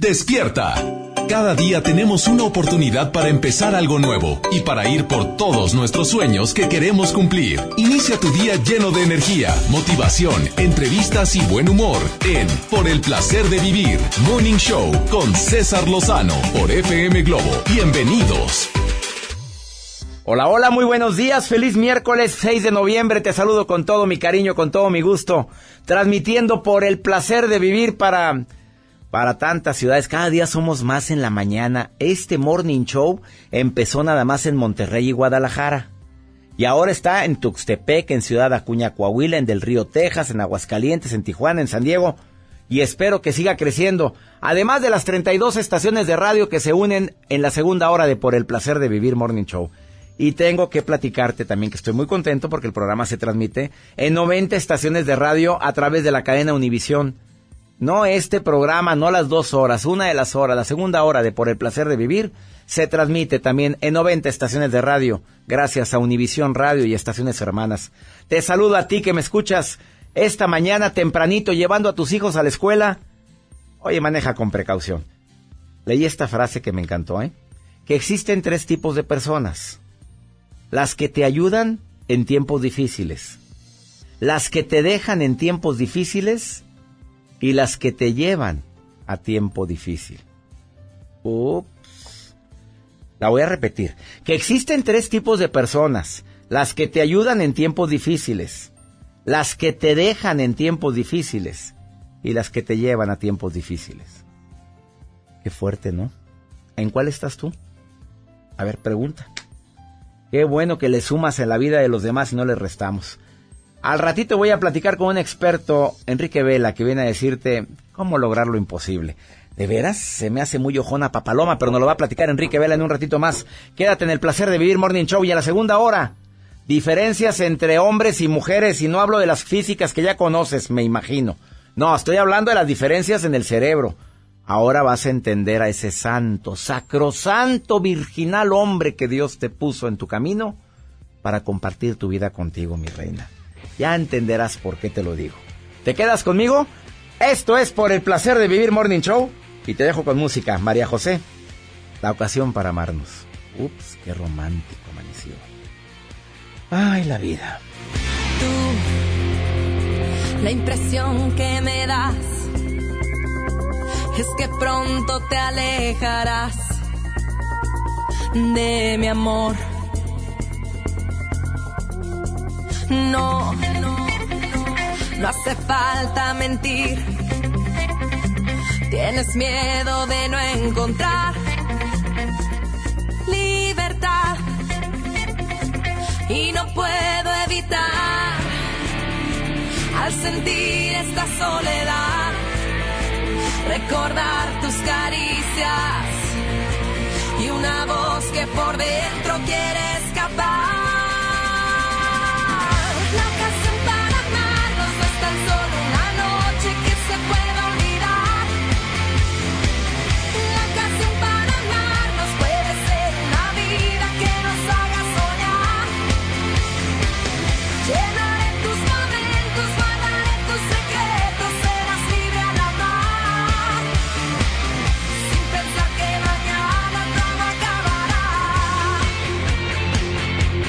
Despierta. Cada día tenemos una oportunidad para empezar algo nuevo y para ir por todos nuestros sueños que queremos cumplir. Inicia tu día lleno de energía, motivación, entrevistas y buen humor en Por el Placer de Vivir, Morning Show con César Lozano por FM Globo. Bienvenidos. Hola, hola, muy buenos días, feliz miércoles 6 de noviembre, te saludo con todo mi cariño, con todo mi gusto, transmitiendo Por el Placer de Vivir para tantas ciudades. Cada día somos más en la mañana. Este Morning Show empezó nada más en Monterrey y Guadalajara. Y ahora está en Tuxtepec, en Ciudad Acuña, Coahuila, en Del Río, Texas, en Aguascalientes, en Tijuana, en San Diego. Y espero que siga creciendo. Además de las 32 estaciones de radio que se unen en la segunda hora de Por el Placer de Vivir Morning Show. Y tengo que platicarte también que estoy muy contento porque el programa se transmite en 90 estaciones de radio a través de la cadena Univisión. No este programa, no las 2 horas, una de las horas, la segunda hora de Por el Placer de Vivir, se transmite también en 90 estaciones de radio, gracias a Univisión Radio y estaciones hermanas. Te saludo a ti que me escuchas esta mañana tempranito llevando a tus hijos a la escuela. Oye, maneja con precaución. Leí esta frase que me encantó, que existen 3 tipos de personas. Las que te ayudan en tiempos difíciles, las que te dejan en tiempos difíciles y las que te llevan a tiempo difícil. Ups. La voy a repetir. Que existen 3 tipos de personas. Las que te ayudan en tiempos difíciles, las que te dejan en tiempos difíciles y las que te llevan a tiempos difíciles. Qué fuerte, ¿no? ¿En cuál estás tú? A ver, pregunta. Qué bueno que le sumas en la vida de los demás y no le restamos. Al ratito voy a platicar con un experto, Enrique Vela, que viene a decirte cómo lograr lo imposible. De veras, se me hace muy ojona papaloma, pero nos lo va a platicar Enrique Vela en un ratito más. Quédate en el Placer de Vivir Morning Show y a la segunda hora, diferencias entre hombres y mujeres, y no hablo de las físicas que ya conoces, me imagino. No, estoy hablando de las diferencias en el cerebro. Ahora vas a entender a ese santo, sacrosanto, virginal hombre que Dios te puso en tu camino para compartir tu vida contigo, mi reina. Ya entenderás por qué te lo digo. ¿Te quedas conmigo? Esto es Por el Placer de Vivir Morning Show. Y te dejo con música. María José, La Ocasión para Amarnos. Ups, qué romántico amaneció. Ay, la vida. Tú, la impresión que me das es que pronto te alejarás de mi amor. No hace falta mentir. Tienes miedo de no encontrar libertad y no puedo evitar, al sentir esta soledad, recordar tus caricias y una voz que por dentro quiere escapar. La ocasión para amarnos no es tan solo una noche que se pueda olvidar. La ocasión para amarnos puede ser una vida que nos haga soñar. Llenaré tus momentos, guardaré tus secretos, serás libre al amar, sin pensar que mañana todo acabará.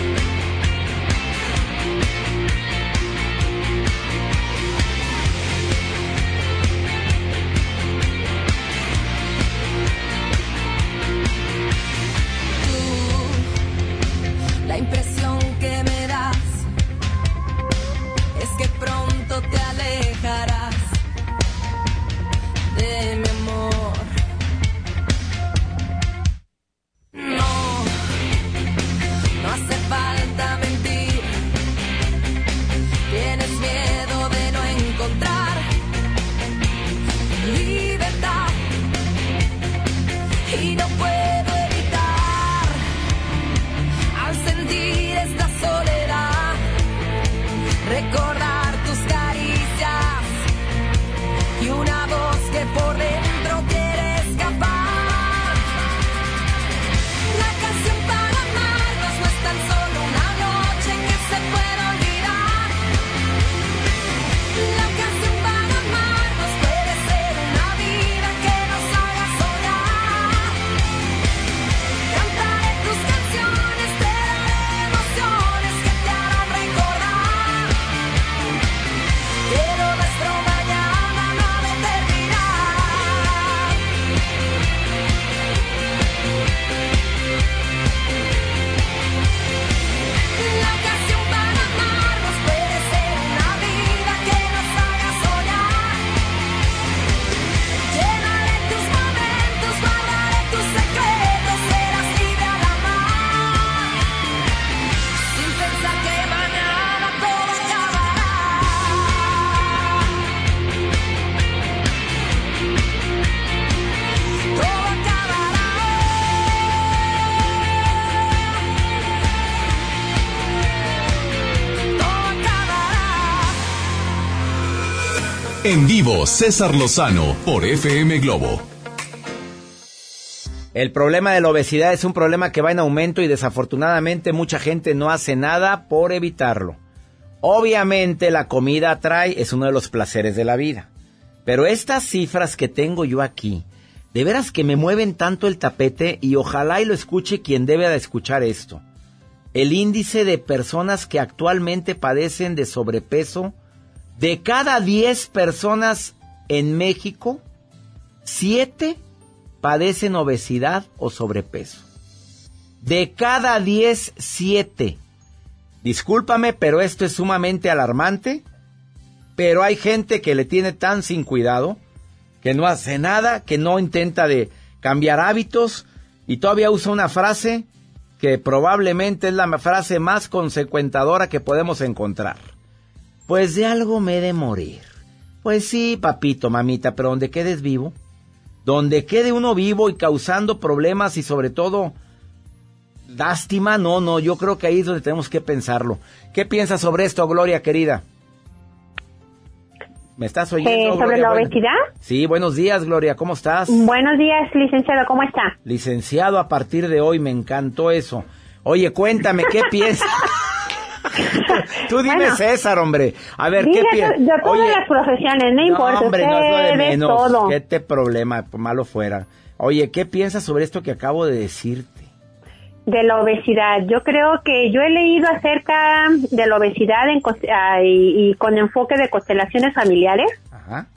En vivo, César Lozano por FM Globo. El problema de la obesidad es un problema que va en aumento y desafortunadamente mucha gente no hace nada por evitarlo. Obviamente la comida atrae, es uno de los placeres de la vida. Pero estas cifras que tengo yo aquí, de veras que me mueven tanto el tapete y ojalá y lo escuche quien debe de escuchar esto. El índice de personas que actualmente padecen de sobrepeso, de cada 10 personas en México, 7 padecen obesidad o sobrepeso. De cada 10, 7. Discúlpame, pero esto es sumamente alarmante. Pero hay gente que le tiene tan sin cuidado, que no hace nada, que no intenta de cambiar hábitos y todavía usa una frase que probablemente es la frase más consecuentadora que podemos encontrar. Pues de algo me he de morir. Pues sí, papito, mamita, pero donde quedes vivo, donde quede uno vivo y causando problemas y sobre todo lástima, no, yo creo que ahí es donde tenemos que pensarlo. ¿Qué piensas sobre esto, Gloria, querida? ¿Me estás oyendo, ¿Sobre Gloria? la obesidad? Sí, buenos días, Gloria, ¿cómo estás? Buenos días, licenciado, ¿cómo está? Licenciado, a partir de hoy, me encantó eso. Oye, cuéntame, ¿qué piensas? Tú dime, bueno, César, hombre. A ver, ¿qué piensas? De todas las profesiones, no importa. Hombre, no es lo de menos. Todo. ¿Qué te problema? Malo fuera. Oye, ¿qué piensas sobre esto que acabo de decirte? De la obesidad. Yo creo que yo he leído acerca de la obesidad y con enfoque de constelaciones familiares. Ajá.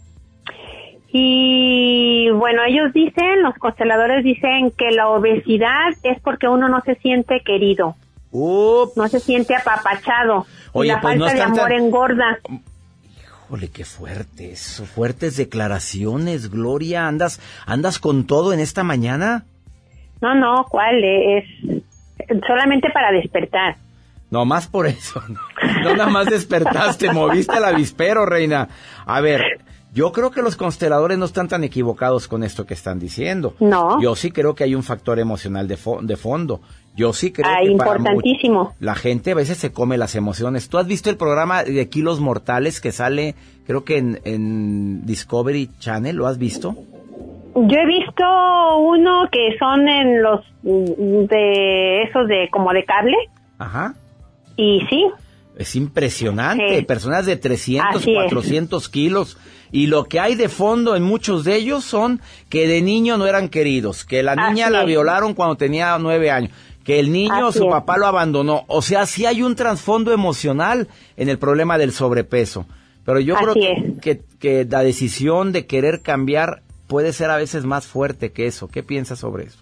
Y bueno, ellos dicen, los consteladores dicen que la obesidad es porque uno no se siente querido. No se siente apapachado. Oye, y la pues falta de amor engorda. Híjole, qué fuerte eso. Fuertes declaraciones, Gloria. ¿Andas con todo en esta mañana? No, ¿cuál? Es solamente para despertar. No más por eso. No nada más despertaste, moviste el avispero, reina. A ver, yo creo que los consteladores no están tan equivocados con esto que están diciendo. No. Yo sí creo que hay un factor emocional de fondo. Yo sí creo que importantísimo. La gente a veces se come las emociones. ¿Tú has visto el programa de Kilos Mortales que sale, creo que en Discovery Channel? ¿Lo has visto? Yo he visto uno que son en los de esos de como de cable. Ajá. Y sí. Es impresionante. Personas de 300, Así 400 kilos. Y lo que hay de fondo en muchos de ellos son que de niño no eran queridos, que la niña la violaron cuando tenía 9 años, que el niño, su papá lo abandonó. O sea, sí hay un trasfondo emocional en el problema del sobrepeso. Pero yo creo que la decisión de querer cambiar puede ser a veces más fuerte que eso. ¿Qué piensas sobre eso?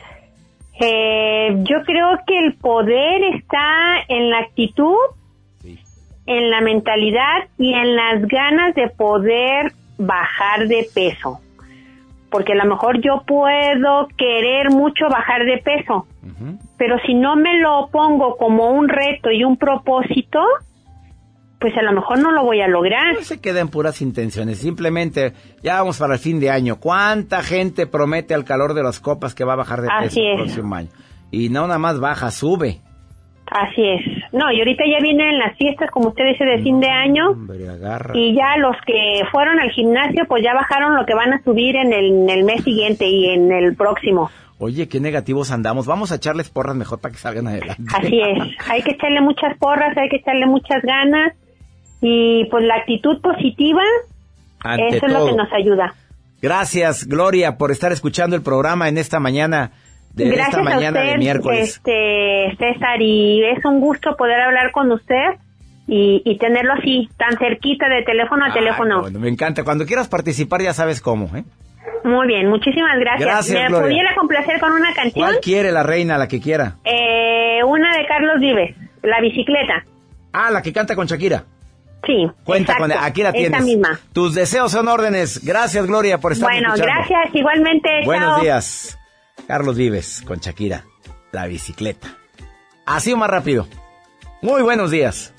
Yo creo que el poder está en la actitud, en la mentalidad y en las ganas de poder bajar de peso. Porque a lo mejor yo puedo querer mucho bajar de peso, pero si no me lo pongo como un reto y un propósito, pues a lo mejor no lo voy a lograr. No se queda en puras intenciones, simplemente ya vamos para el fin de año. ¿Cuánta gente promete al calor de las copas que va a bajar de peso el próximo año? Y no nada más baja, sube. Así es. No, y ahorita ya vienen las fiestas, como usted dice, de fin de año. Hombre, agarra. Y ya los que fueron al gimnasio, pues ya bajaron lo que van a subir en el mes siguiente y en el próximo. Oye, qué negativos andamos. Vamos a echarles porras mejor para que salgan adelante. Así es. Hay que echarle muchas porras, hay que echarle muchas ganas. Y pues la actitud positiva, eso es lo que nos ayuda. Gracias, Gloria, por estar escuchando el programa en esta mañana. Gracias esta mañana a usted, de miércoles. César, y es un gusto poder hablar con usted y tenerlo así, tan cerquita de teléfono a teléfono. Bueno, me encanta. Cuando quieras participar ya sabes cómo, ¿eh? Muy bien, muchísimas gracias. Gracias, ¿Me Gloria. pudiera complacer con una canción? ¿Cuál quiere la reina, la que quiera? Una de Carlos Vives, La Bicicleta. Ah, la que canta con Shakira. Sí, Cuenta exacto, con aquí la tienes. esta misma. Tus deseos son órdenes. Gracias, Gloria, por estar escuchando. Bueno, gracias, igualmente. Buenos chao. días. Carlos Vives con Shakira, La Bicicleta. Así o más rápido. Muy buenos días.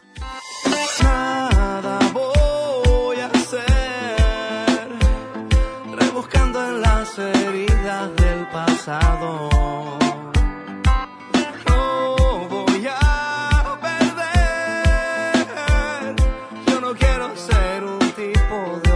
Nada voy a hacer, rebuscando en las heridas del pasado. No voy a perder, yo no quiero ser un tipo de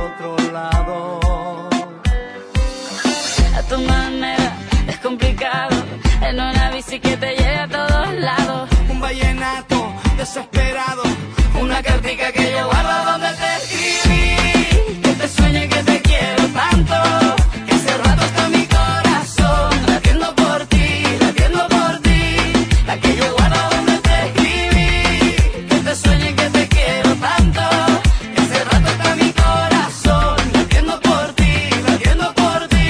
complicado. En una bici que te lleve a todos lados. Un vallenato desesperado, una cartica que yo guardo donde te escribí. Que te sueñe que te quiero tanto, que hace rato está mi corazón latiendo por ti, latiendo por ti. La que yo guardo donde te escribí. Que te sueñe que te quiero tanto, que hace rato está mi corazón latiendo por ti, latiendo por ti.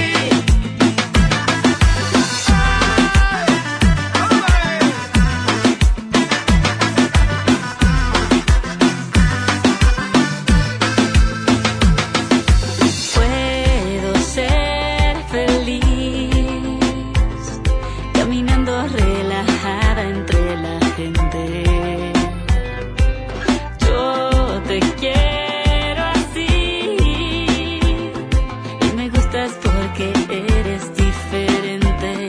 Puedo ser feliz caminando relajada entre la gente. Yo te quiero así y me gustas porque eres diferente.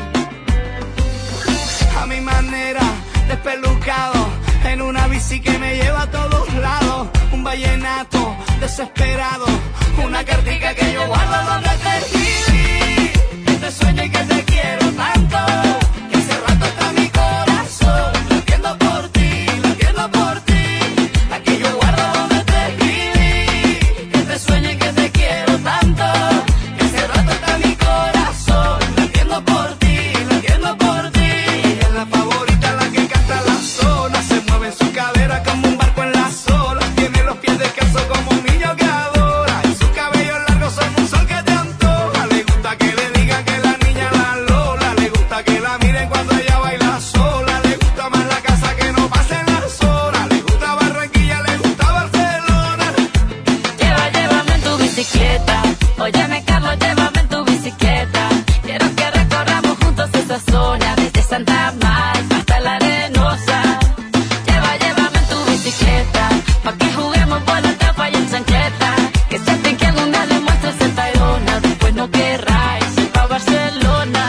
A mi manera, despelucado, en una bici que me lleva a todos lados. Un vallenato desesperado, una cartica que yo guardo donde te escribí. Que te sueñe que te quiero tanto, que hace rato está mi corazón latiendo por ti, latiendo por ti. La que yo guardo donde te escribí. Que te sueñe que te quiero tanto, que hace rato está mi corazón latiendo por ti, latiendo por ti. Ella es la favorita, la que canta la zona, se mueve en su cadera como un barco en las olas. Tiene los pies descalzos como un niño que adora, y sus cabellos largos son un sol que te antoja. Le gusta que le digan que la niña la Lola, le gusta que la miren cuando ella baila sola. Le gusta más la casa que no pasen las horas. Le gusta Barranquilla, le gusta Barcelona. Llévame en tu bicicleta. Óyeme, Carlos, llévame en tu bicicleta. Quiero que recorramos juntos esa zona, desde Santa Marta hasta la Arenosa. Llévame en tu bicicleta, pa' que juguemos por la tapa y en chancleta. Que sienten que algún día le muestres el Tayrona, después no querráis ir pa' Barcelona.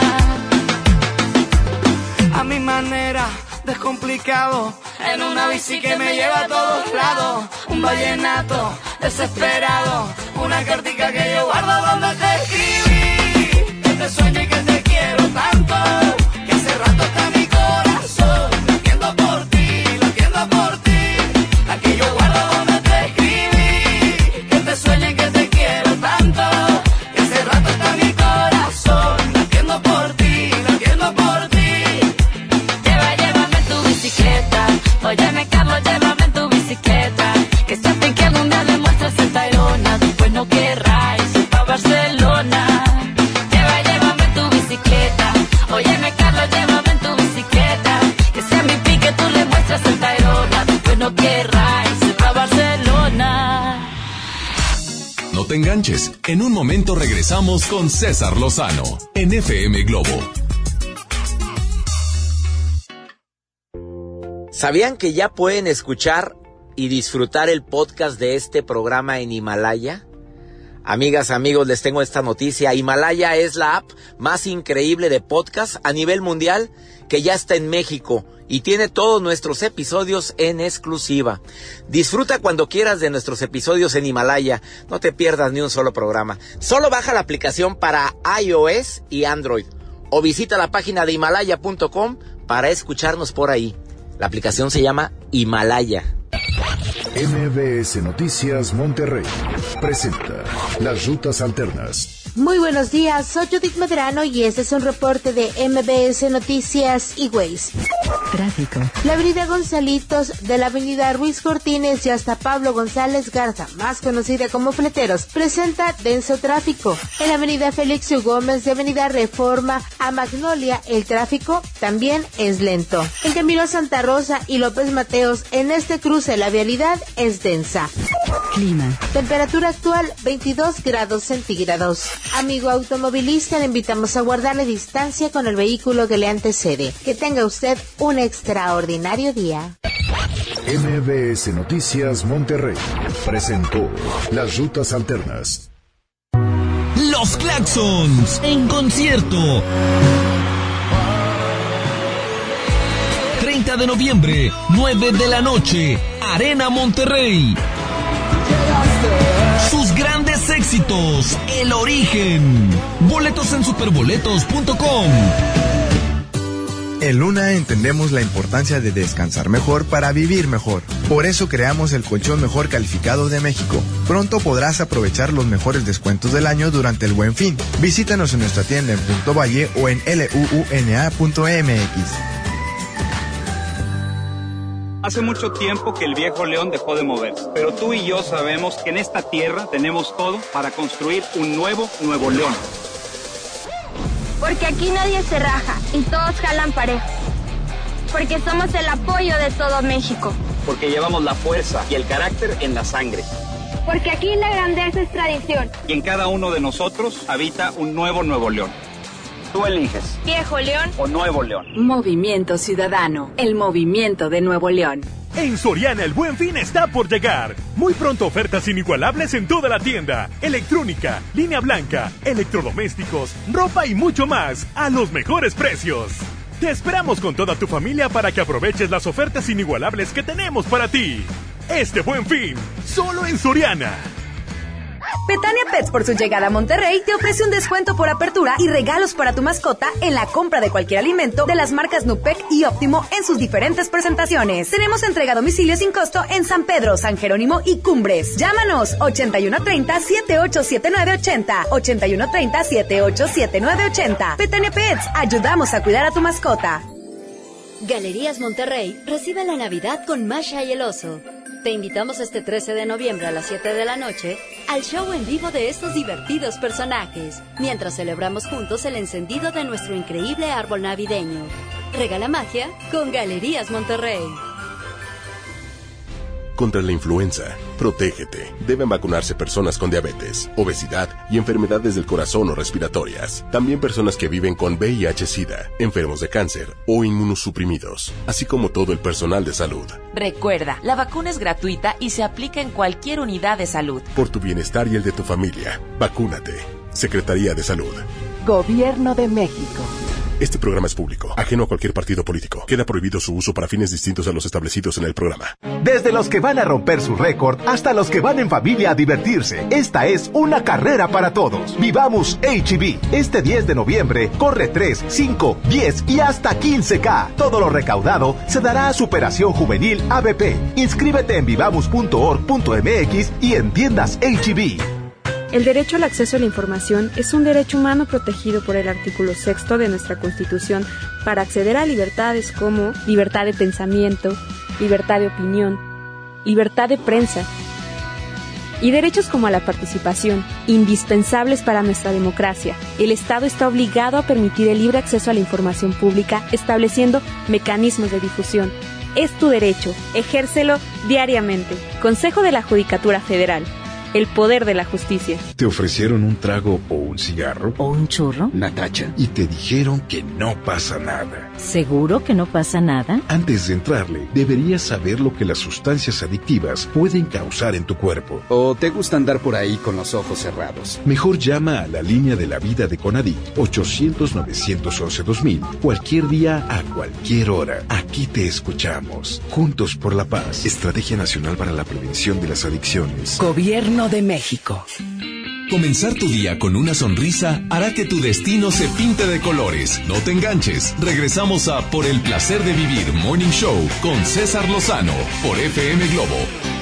A mi manera, descomplicado, en una bici que me lleva a todos lados. Un vallenato desesperado, una cartica que yo guardo donde te escribí. Que te sueñe que te quiero tanto, que hace rato está mi corazón latiendo por ti, latiendo por ti. La que yo guardo donde te escribí. Que te sueñe que te quiero tanto, que hace rato está mi corazón latiendo por ti, latiendo por ti. Llévame en tu bicicleta. Óyeme, Carlos, llévame en tu bicicleta. Que sienten que algún día le muestras el Tayrona, después no querráis ir pa' Barcelona. Llévame en tu bicicleta. Óyeme, Carlos, llévame en tu bicicleta. Que sea mi pique, tú le muestras el Tayrona, después no querráis ir pa' Barcelona. No te enganches. En un momento regresamos con César Lozano en FM Globo. ¿Sabían que ya pueden escuchar y disfrutar el podcast de este programa en Himalaya? Amigas, amigos, les tengo esta noticia. Himalaya es la app más increíble de podcast a nivel mundial que ya está en México y tiene todos nuestros episodios en exclusiva. Disfruta cuando quieras de nuestros episodios en Himalaya. No te pierdas ni un solo programa. Solo baja la aplicación para iOS y Android o visita la página de Himalaya.com para escucharnos por ahí. La aplicación se llama Himalaya. MBS Noticias Monterrey presenta Las Rutas Alternas. Muy buenos días, soy Judith Medrano y este es un reporte de MBS Noticias y Waze. Tráfico. La avenida Gonzalitos, de la avenida Ruiz Cortines y hasta Pablo González Garza, más conocida como Fleteros, presenta denso tráfico. En la avenida Félix U. Gómez, de avenida Reforma a Magnolia, el tráfico también es lento. En Camilo Santa Rosa y López Mateos, en este cruce la vialidad es densa. Clima. Temperatura actual 22 grados centígrados. Amigo automovilista, le invitamos a guardar la distancia con el vehículo que le antecede. Que tenga usted un extraordinario día. MBS Noticias Monterrey presentó Las Rutas Alternas. Los Claxons en concierto. 30 de noviembre, 9 de la noche, Arena Monterrey. Sus grandes éxitos, el origen. Boletos en superboletos.com. En Luna entendemos la importancia de descansar mejor para vivir mejor. Por eso creamos el colchón mejor calificado de México. Pronto podrás aprovechar los mejores descuentos del año durante el Buen Fin. Visítanos en nuestra tienda en Punto Valle o en luuna.mx. Hace mucho tiempo que el viejo león dejó de moverse, pero tú y yo sabemos que en esta tierra tenemos todo para construir un nuevo Nuevo León. Porque aquí nadie se raja y todos jalan parejo. Porque somos el apoyo de todo México. Porque llevamos la fuerza y el carácter en la sangre. Porque aquí la grandeza es tradición. Y en cada uno de nosotros habita un nuevo Nuevo León. Tú eliges. ¿Viejo León o Nuevo León? Movimiento Ciudadano, el movimiento de Nuevo León. En Soriana el Buen Fin está por llegar. Muy pronto ofertas inigualables en toda la tienda. Electrónica, línea blanca, electrodomésticos, ropa y mucho más a los mejores precios. Te esperamos con toda tu familia para que aproveches las ofertas inigualables que tenemos para ti. Este Buen Fin, solo en Soriana. Petania Pets, por su llegada a Monterrey, te ofrece un descuento por apertura y regalos para tu mascota en la compra de cualquier alimento de las marcas Nupec y Óptimo en sus diferentes presentaciones. Tenemos entrega a domicilio sin costo en San Pedro, San Jerónimo y Cumbres. Llámanos 8130-787980, 8130-787980. Petania Pets, ayudamos a cuidar a tu mascota. Galerías Monterrey recibe la Navidad con Masha y el Oso. Te invitamos este 13 de noviembre a las 7 de la noche al show en vivo de estos divertidos personajes, mientras celebramos juntos el encendido de nuestro increíble árbol navideño. Regala magia con Galerías Monterrey. Contra la influenza, protégete. Deben vacunarse personas con diabetes, obesidad y enfermedades del corazón o respiratorias. También personas que viven con VIH-Sida, enfermos de cáncer o inmunosuprimidos, así como todo el personal de salud. Recuerda, la vacuna es gratuita y se aplica en cualquier unidad de salud. Por tu bienestar y el de tu familia, vacúnate. Secretaría de Salud. Gobierno de México. Este programa es público, ajeno a cualquier partido político. Queda prohibido su uso para fines distintos a los establecidos en el programa. Desde los que van a romper su récord hasta los que van en familia a divertirse, esta es una carrera para todos. Vivamos H-E-B. Este 10 de noviembre corre 3, 5, 10 y hasta 15K. Todo lo recaudado se dará a Superación Juvenil ABP. Inscríbete en vivamos.org.mx y en tiendas H-E-B. El derecho al acceso a la información es un derecho humano protegido por el artículo 6 de nuestra Constitución para acceder a libertades como libertad de pensamiento, libertad de opinión, libertad de prensa y derechos como a la participación, indispensables para nuestra democracia. El Estado está obligado a permitir el libre acceso a la información pública, estableciendo mecanismos de difusión. Es tu derecho, ejércelo diariamente. Consejo de la Judicatura Federal. El poder de la justicia. ¿Te ofrecieron un trago o un cigarro? ¿O un churro? Natacha. Y te dijeron que no pasa nada. ¿Seguro que no pasa nada? Antes de entrarle, deberías saber lo que las sustancias adictivas pueden causar en tu cuerpo. ¿O te gusta andar por ahí con los ojos cerrados? Mejor llama a la línea de la vida de Conadic, 800-911-2000. Cualquier día, a cualquier hora. Aquí te escuchamos. Juntos por la paz. Estrategia Nacional para la Prevención de las Adicciones. Gobierno de México. Comenzar tu día con una sonrisa hará que tu destino se pinte de colores. No te enganches. Regresamos a Por el Placer de Vivir Morning Show con César Lozano por FM Globo.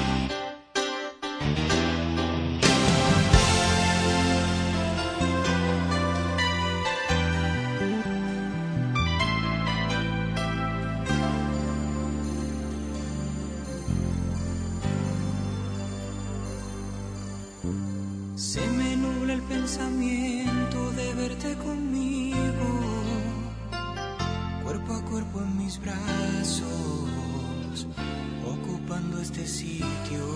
Se me nubla el pensamiento de verte conmigo, cuerpo a cuerpo en mis brazos, ocupando este sitio.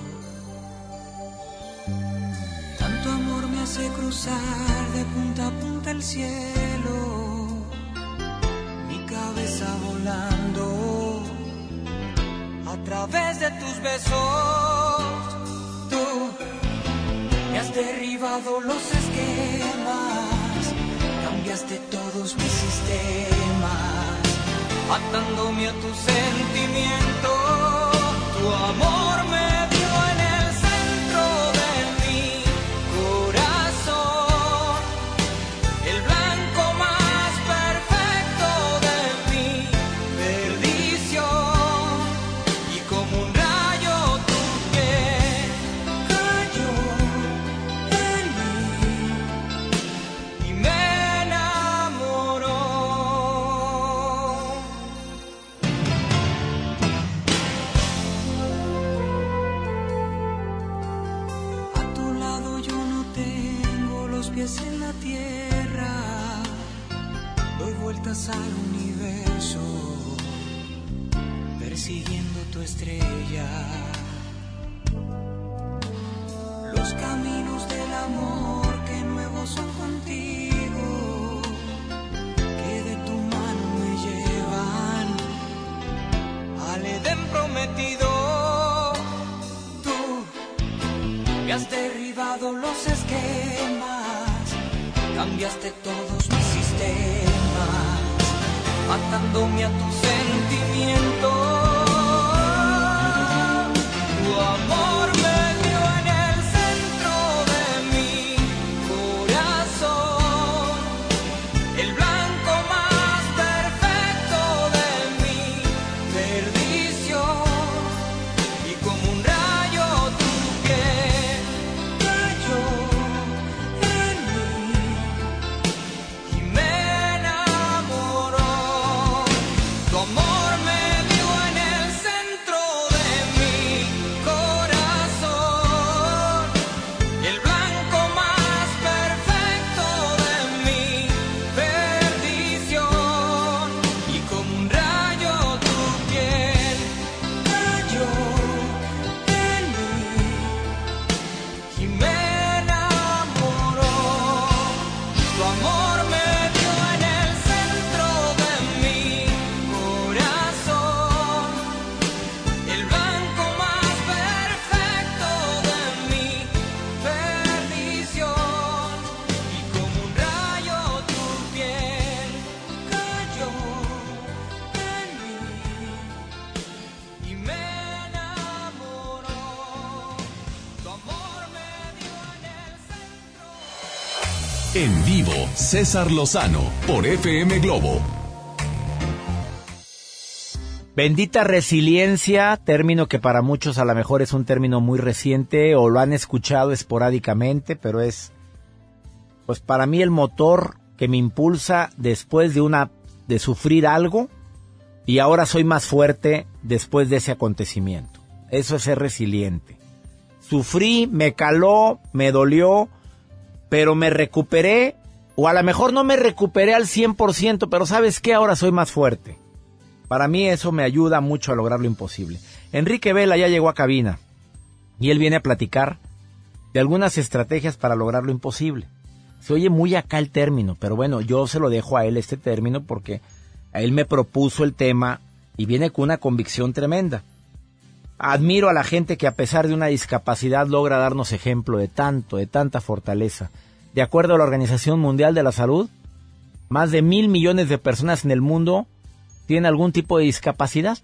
Tanto amor me hace cruzar de punta a punta el cielo, mi cabeza volando a través de tus besos. Tú me has derribado los esquemas, cambiaste todos mis sistemas, atándome a tu sentimiento. Tu amor me dio en el centro de mí, pies en la tierra, doy vueltas al universo, persiguiendo tu estrella. Los caminos del amor que nuevos son contigo, que de tu mano me llevan al Edén prometido. Tú me has derribado los esquemas, cambiaste todos mis sistemas, matándome a tus sentimientos. Tu amor me dio en el centro de mi corazón, el blanco más perfecto de mi perdición, y como un rayo tu piel cayó en mí y me enamoró. Tu amor me dio en el centro de mi corazón, el blanco más perfecto de mi perdición, y como un rayo tu piel cayó en mí y me enamoró. Tu amor me dio en el centro de mi corazón, el blanco más perfecto de mi perdición, y como un rayo tu piel cayó en mí y me enamoró. Tu amor me dio en el centro. En vivo, César Lozano por FM Globo. Bendita resiliencia, término que para muchos a lo mejor es un término muy reciente o lo han escuchado esporádicamente, pero es, pues para mí el motor que me impulsa después de sufrir algo, y ahora soy más fuerte después de ese acontecimiento. Eso es ser resiliente. Sufrí, me caló, me dolió, pero me recuperé, o a lo mejor no me recuperé al 100%, pero ¿sabes qué? Ahora soy más fuerte. Para mí eso me ayuda mucho a lograr lo imposible. Enrique Vela ya llegó a cabina y él viene a platicar de algunas estrategias para lograr lo imposible. Se oye muy acá el término, pero bueno, yo se lo dejo a él este término porque a él me propuso el tema y viene con una convicción tremenda. Admiro a la gente que a pesar de una discapacidad logra darnos ejemplo de tanta fortaleza. De acuerdo a la Organización Mundial de la Salud, más de 1,000 millones de personas en el mundo tienen algún tipo de discapacidad.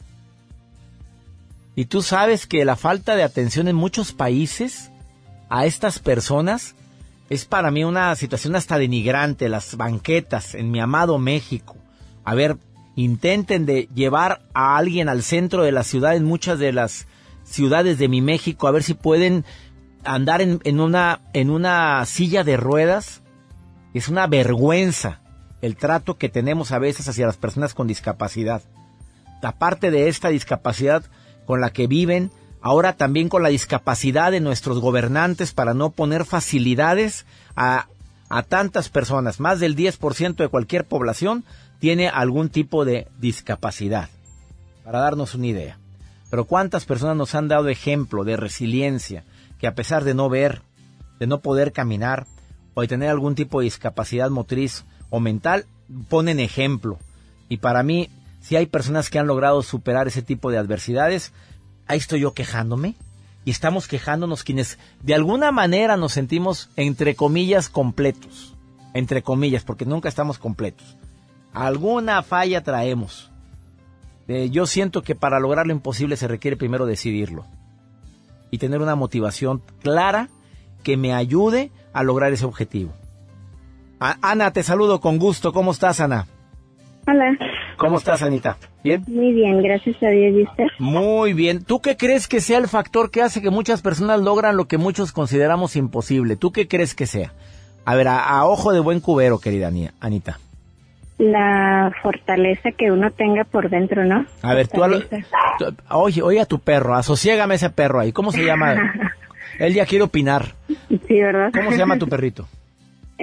Y tú sabes que la falta de atención en muchos países a estas personas es para mí una situación hasta denigrante. Las banquetas en mi amado México. A ver, intenten de llevar a alguien al centro de la ciudad, en muchas de las ciudades de mi México, a ver si pueden andar en una silla de ruedas. Es una vergüenza el trato que tenemos a veces hacia las personas con discapacidad. Aparte de esta discapacidad con la que viven, ahora también con la discapacidad de nuestros gobernantes para no poner facilidades a tantas personas. Más del 10% de cualquier población tiene algún tipo de discapacidad, para darnos una idea. Pero ¿cuántas personas nos han dado ejemplo de resiliencia, que a pesar de no ver, de no poder caminar, o de tener algún tipo de discapacidad motriz o mental, ponen ejemplo? Y para mí, si hay personas que han logrado superar ese tipo de adversidades, ahí estoy yo quejándome, y estamos quejándonos quienes de alguna manera nos sentimos, entre comillas, completos. Entre comillas, porque nunca estamos completos. Alguna falla traemos. Yo siento que para lograr lo imposible se requiere primero decidirlo y tener una motivación clara que me ayude a lograr ese objetivo. Ana, te saludo con gusto. ¿Cómo estás, Ana? Hola. ¿Cómo estás, Anita? ¿Bien? Muy bien, gracias a Dios. ¿Y usted? Muy bien. ¿Tú qué crees que sea el factor que hace que muchas personas logran lo que muchos consideramos imposible? ¿Tú qué crees que sea? A ver, a ojo de buen cubero, querida Anita. La fortaleza que uno tenga por dentro, ¿no? A ver, oye a tu perro, asosiégame a ese perro ahí. ¿Cómo se llama? Él ya quiere opinar. Sí, ¿verdad? ¿Cómo se llama tu perrito?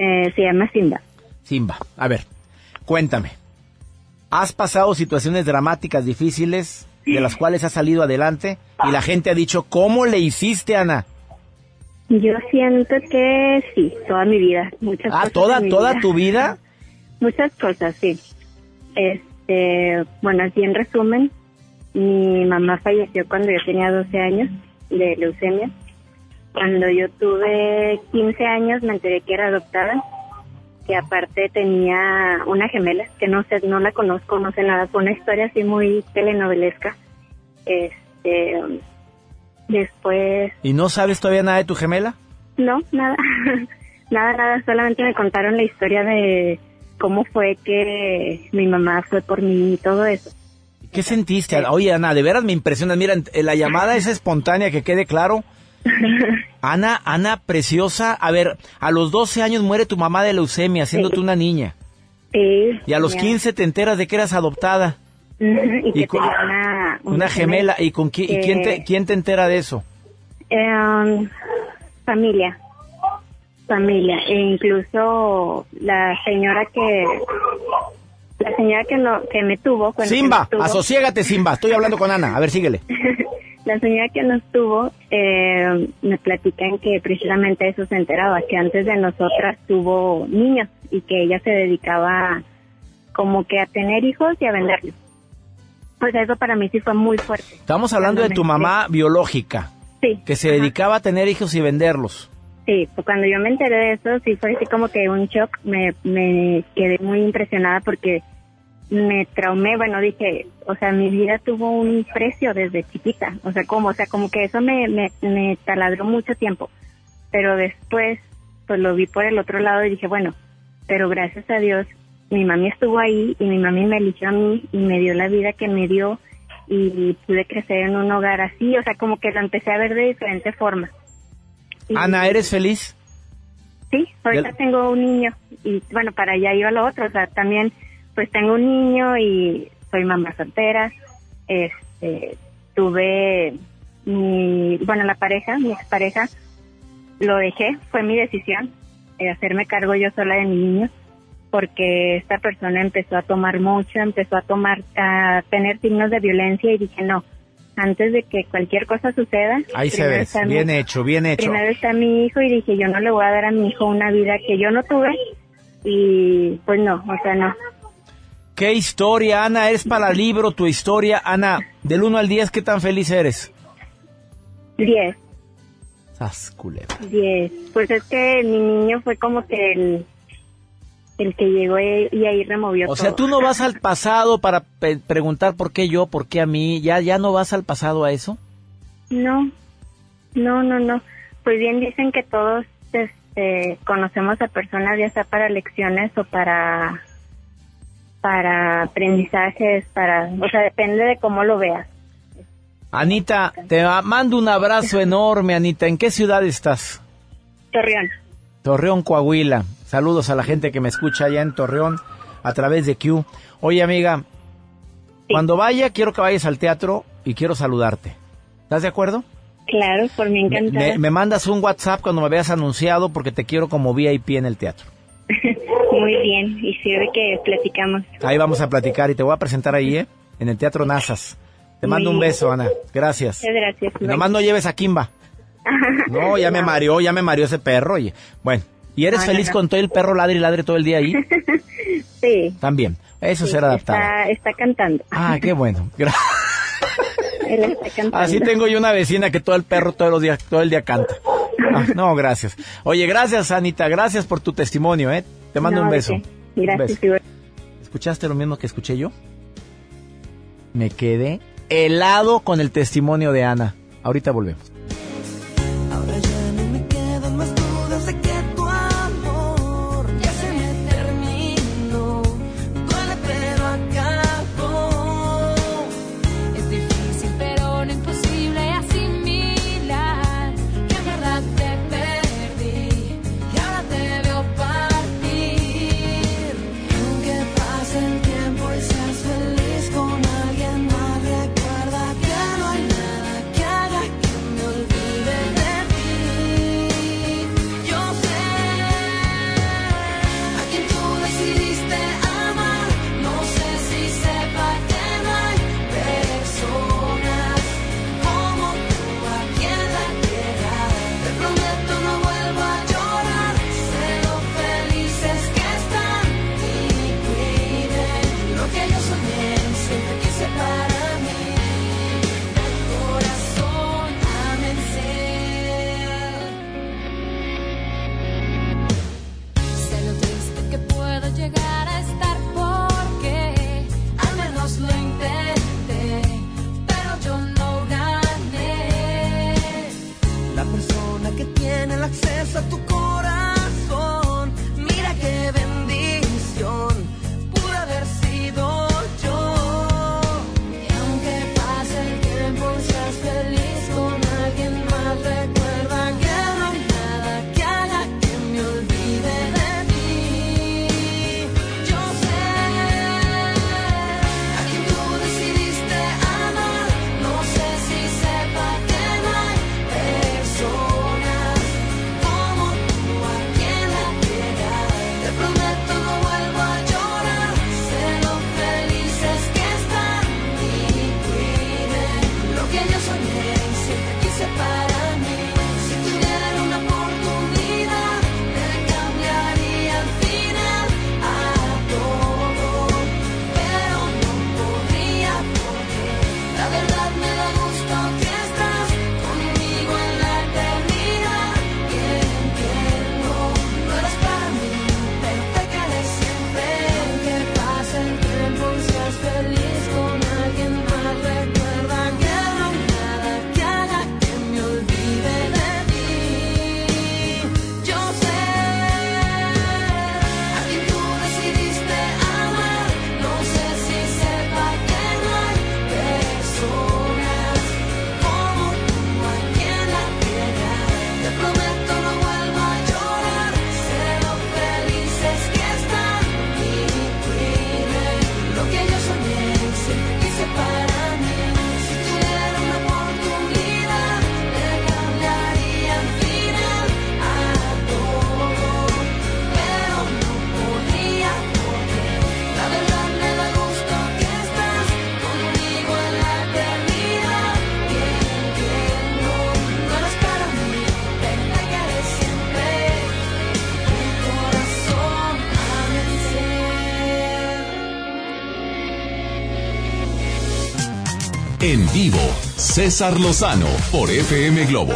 Se llama Simba. Simba, a ver, cuéntame. ¿Has pasado situaciones dramáticas, difíciles, de las cuales has salido adelante? Y la gente ha dicho, ¿cómo le hiciste, Ana? Yo siento que sí, toda mi vida. Muchas cosas. ¿Toda tu vida? Muchas cosas, sí. Bueno, así en resumen, mi mamá falleció cuando yo tenía 12 años de leucemia. Cuando yo tuve 15 años me enteré que era adoptada, que aparte tenía una gemela, que no la conozco, no sé nada, fue una historia así muy telenovelesca. Después... ¿Y no sabes todavía nada de tu gemela? No, nada, nada, solamente me contaron la historia de cómo fue que mi mamá fue por mí y todo eso. ¿Qué sentiste? Oye, Ana, de veras me impresionas. Mira, la llamada es espontánea, que quede claro. Ana, preciosa. A ver, a los 12 años muere tu mamá de leucemia, siéndote una niña. Sí. Y a los 15 te enteras de que eras adoptada. Y que tenía una gemela. ¿Y con quién te entera de eso? Familia. E incluso la señora que me tuvo... Simba, asociégate, Simba. Estoy hablando con Ana. A ver, síguele. La señora que nos tuvo me platican que precisamente eso se enteraba, que antes de nosotras tuvo niños y que ella se dedicaba como que a tener hijos y a venderlos. Pues eso para mí sí fue muy fuerte. Estamos hablando de tu mamá biológica. Sí. Que se dedicaba a tener hijos y venderlos. Sí, pues cuando yo me enteré de eso, sí fue así como que un shock. Me quedé muy impresionada porque me traumé. Bueno, dije, o sea, mi vida tuvo un precio desde chiquita. O sea, como que eso me taladró mucho tiempo. Pero después, pues lo vi por el otro lado y dije, bueno, pero gracias a Dios, mi mami estuvo ahí y mi mami me eligió a mí y me dio la vida que me dio y pude crecer en un hogar así. O sea, como que lo empecé a ver de diferente forma. Ana, ¿eres feliz? Sí, ahorita tengo un niño y bueno, para allá iba lo otro, o sea, también pues tengo un niño y soy mamá soltera. Tuve mi expareja, lo dejé, fue mi decisión, hacerme cargo yo sola de mi niño, porque esta persona empezó a tomar mucho, a tener signos de violencia y dije no. Antes de que cualquier cosa suceda... Ahí se ve, bien hecho. Primero está mi hijo y dije, yo no le voy a dar a mi hijo una vida que yo no tuve y pues no, o sea, no. ¿Qué historia, Ana? Es para el libro tu historia. Ana, del 1 al 10, ¿qué tan feliz eres? 10. Culebra. 10. Pues es que mi niño fue como que el que llegó y ahí removió todo. O sea, tú no vas al pasado para preguntar por qué yo, por qué a mí. ¿Ya no vas al pasado a eso? No. Pues bien dicen que todos conocemos a personas, ya sea para lecciones o para aprendizajes, o sea, depende de cómo lo veas. Anita, te mando un abrazo enorme, Anita. ¿En qué ciudad estás? Torreón, Coahuila. Saludos a la gente que me escucha allá en Torreón a través de Q. Oye, amiga, cuando vaya quiero que vayas al teatro y quiero saludarte. ¿Estás de acuerdo? Claro, por mí encantada. Me mandas un WhatsApp cuando me veas anunciado porque te quiero como VIP en el teatro. Muy bien, y sirve que platicamos. Ahí vamos a platicar y te voy a presentar ahí, en el Teatro Nazas. Te mando un beso, Ana. Gracias. Gracias. Y nomás no lleves a Kimba. No, ya me mareó ese perro. Bueno, ¿y eres feliz con todo el perro ladre y ladre todo el día ahí? Sí. También. Eso será adaptado. Está cantando. Ah, qué bueno. Él está cantando. Así tengo yo una vecina que todo el día canta. No, gracias. Oye, gracias, Anita. Gracias por tu testimonio, Te mando un beso. Gracias. Un beso. ¿Escuchaste lo mismo que escuché yo? Me quedé helado con el testimonio de Ana. Ahorita volvemos. Ahora ya no me quedan más dudas de que tu amor ya se me terminó. Duele pero acabó. Es difícil pero no imposible asimilar que en verdad te perdí y ahora te veo partir. Aunque pase el tiempo y seas feliz con alguien más, recuerda que no hay nada que haga que me En vivo, César Lozano por FM Globo.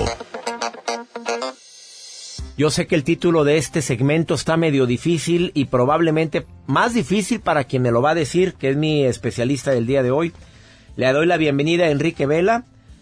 Yo sé que el título de este segmento está medio difícil y probablemente más difícil para quien me lo va a decir, que es mi especialista del día de hoy. Le doy la bienvenida a Enrique Vela,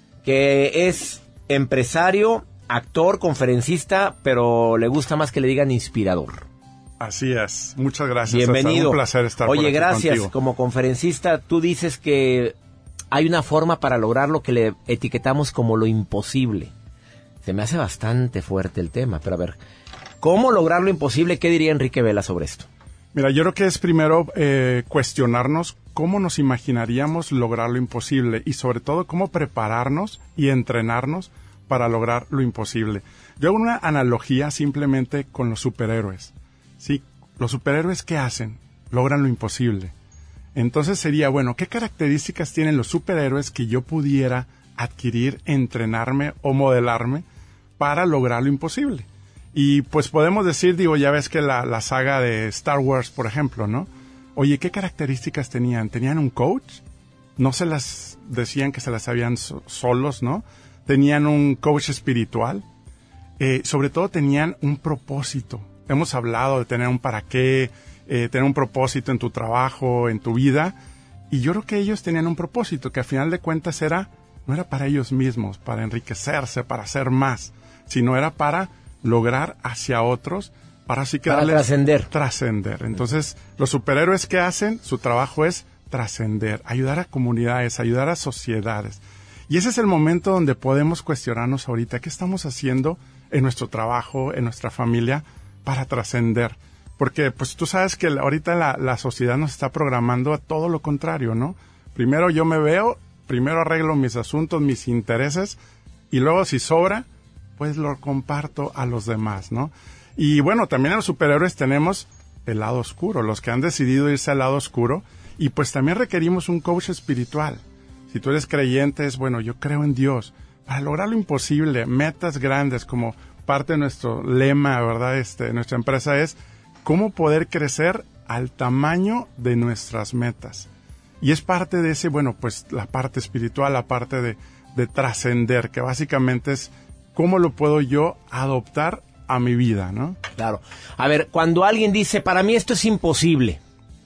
que es empresario, actor, conferencista, pero le gusta más que le digan inspirador. Así es. Muchas gracias. Bienvenido. César. Un placer estar por aquí gracias. contigo. Como conferencista, tú dices que hay una forma para lograr lo que le etiquetamos como lo imposible. Se me hace bastante fuerte el tema, pero a ver, ¿cómo lograr lo imposible? ¿Qué diría Enrique Vela sobre esto? Mira, yo creo que es primero cuestionarnos cómo nos imaginaríamos lograr lo imposible y sobre todo cómo prepararnos y entrenarnos para lograr lo imposible. Yo hago una analogía simplemente con los superhéroes. Sí, los superhéroes, ¿qué hacen? Logran lo imposible. Entonces sería, bueno, ¿qué características tienen los superhéroes que yo pudiera adquirir, entrenarme o modelarme para lograr lo imposible? Y pues podemos decir, ya ves que la saga de Star Wars, por ejemplo, ¿no? Oye, ¿qué características tenían? ¿Tenían un coach? No se las decían que se las sabían solos, ¿no? Tenían un coach espiritual. Sobre todo tenían un propósito. Hemos hablado de tener un para qué, tener un propósito en tu trabajo, en tu vida. Y yo creo que ellos tenían un propósito que al final de cuentas no era para ellos mismos, para enriquecerse, para hacer más, sino era para lograr hacia otros, para así que para trascender. Entonces, los superhéroes, ¿qué hacen? Su trabajo es trascender, ayudar a comunidades, ayudar a sociedades. Y ese es el momento donde podemos cuestionarnos ahorita, ¿qué estamos haciendo en nuestro trabajo, en nuestra familia, para trascender? Porque pues tú sabes que ahorita la sociedad nos está programando a todo lo contrario, ¿no? Primero yo me veo, primero arreglo mis asuntos, mis intereses, y luego si sobra, pues lo comparto a los demás, ¿no? Y bueno, también en los superhéroes tenemos el lado oscuro, los que han decidido irse al lado oscuro, y pues también requerimos un coach espiritual. Si tú eres creyente, bueno, yo creo en Dios. Para lograr lo imposible, metas grandes, como parte de nuestro lema, ¿verdad? Nuestra empresa es cómo poder crecer al tamaño de nuestras metas. Y es parte de ese, pues la parte espiritual, la parte de trascender, que básicamente es cómo lo puedo yo adoptar a mi vida, ¿no? Claro. A ver, cuando alguien dice, para mí esto es imposible,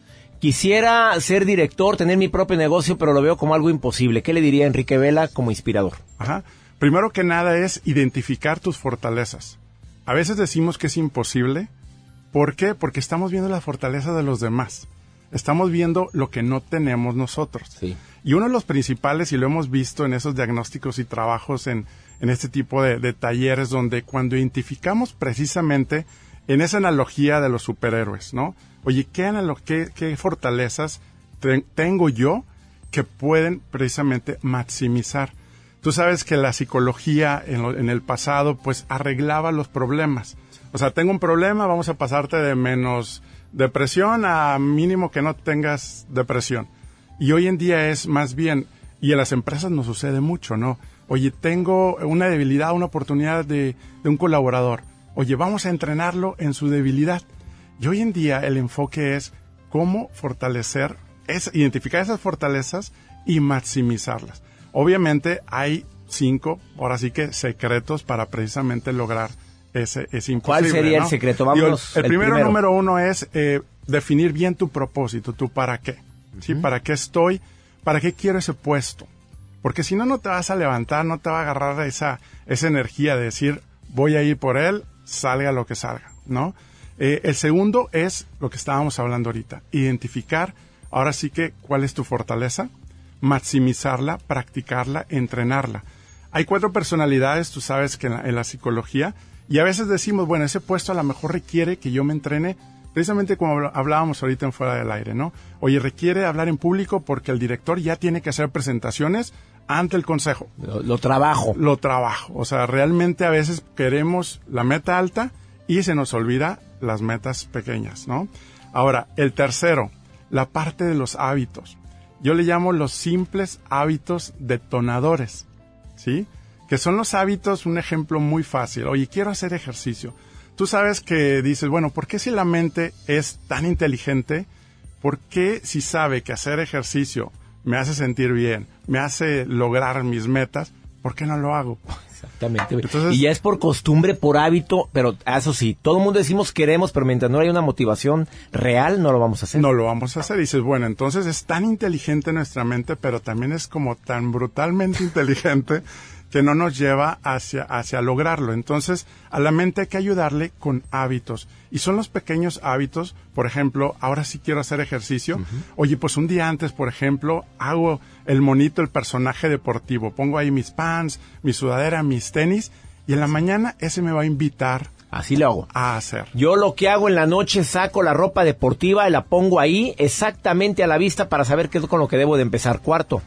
quisiera ser director, tener mi propio negocio, pero lo veo como algo imposible, ¿qué le diría Enrique Vela como inspirador? Ajá. Primero que nada es identificar tus fortalezas. A veces decimos que es imposible. ¿Por qué? Porque estamos viendo la fortaleza de los demás. Estamos viendo lo que no tenemos nosotros. Sí. Y uno de los principales, y lo hemos visto en esos diagnósticos y trabajos en este tipo de talleres, donde cuando identificamos precisamente en esa analogía de los superhéroes, ¿no? Oye, ¿qué fortalezas tengo yo que pueden precisamente maximizar? Tú sabes que la psicología en el pasado pues arreglaba los problemas. O sea, tengo un problema, vamos a pasarte de menos depresión a mínimo que no tengas depresión. Y hoy en día es más bien, y en las empresas nos sucede mucho, ¿no? Oye, tengo una debilidad, una oportunidad de un colaborador. Oye, vamos a entrenarlo en su debilidad. Y hoy en día el enfoque es cómo fortalecer, identificar esas fortalezas y maximizarlas. Obviamente hay 5, ahora sí que secretos para precisamente lograr ese imposible. ¿Cuál sería, ¿no?, el secreto? Vámonos. El primero, número uno, es definir bien tu propósito, tu para qué. ¿Sí? ¿Para qué estoy? ¿Para qué quiero ese puesto? Porque si no, no te vas a levantar, no te va a agarrar esa energía de decir, voy a ir por él, salga lo que salga, ¿no? El segundo es lo que estábamos hablando ahorita, identificar, ahora sí que, cuál es tu fortaleza, maximizarla, practicarla, entrenarla. Hay 4 personalidades, tú sabes que en la psicología, y a veces decimos, bueno, ese puesto a lo mejor requiere que yo me entrene, precisamente como hablábamos ahorita en Fuera del Aire, ¿no? Oye, requiere hablar en público porque el director ya tiene que hacer presentaciones ante el consejo. Lo trabajo. O sea, realmente a veces queremos la meta alta y se nos olvida las metas pequeñas, ¿no? Ahora, el tercero, la parte de los hábitos. Yo le llamo los simples hábitos detonadores, ¿sí? Que son los hábitos, un ejemplo muy fácil. Oye, quiero hacer ejercicio. Tú sabes que dices, bueno, ¿por qué si la mente es tan inteligente? ¿Por qué si sabe que hacer ejercicio me hace sentir bien, me hace lograr mis metas, ¿por qué no lo hago? Exactamente. Entonces, y ya es por costumbre, por hábito, pero eso sí, todo el mundo decimos queremos, pero mientras no haya una motivación real, no lo vamos a hacer. No lo vamos a hacer. Y dices, bueno, entonces es tan inteligente nuestra mente, pero también es como tan brutalmente inteligente que no nos lleva hacia lograrlo. Entonces, a la mente hay que ayudarle con hábitos. Y son los pequeños hábitos. Por ejemplo, ahora sí quiero hacer ejercicio. Oye, pues un día antes, por ejemplo, hago el monito, el personaje deportivo. Pongo ahí mis pants, mi sudadera, mis tenis. Y en la mañana ese me va a invitar. Así lo hago. A hacer. Yo lo que hago en la noche, saco la ropa deportiva y la pongo ahí exactamente a la vista para saber qué es con lo que debo de empezar. Cuarto,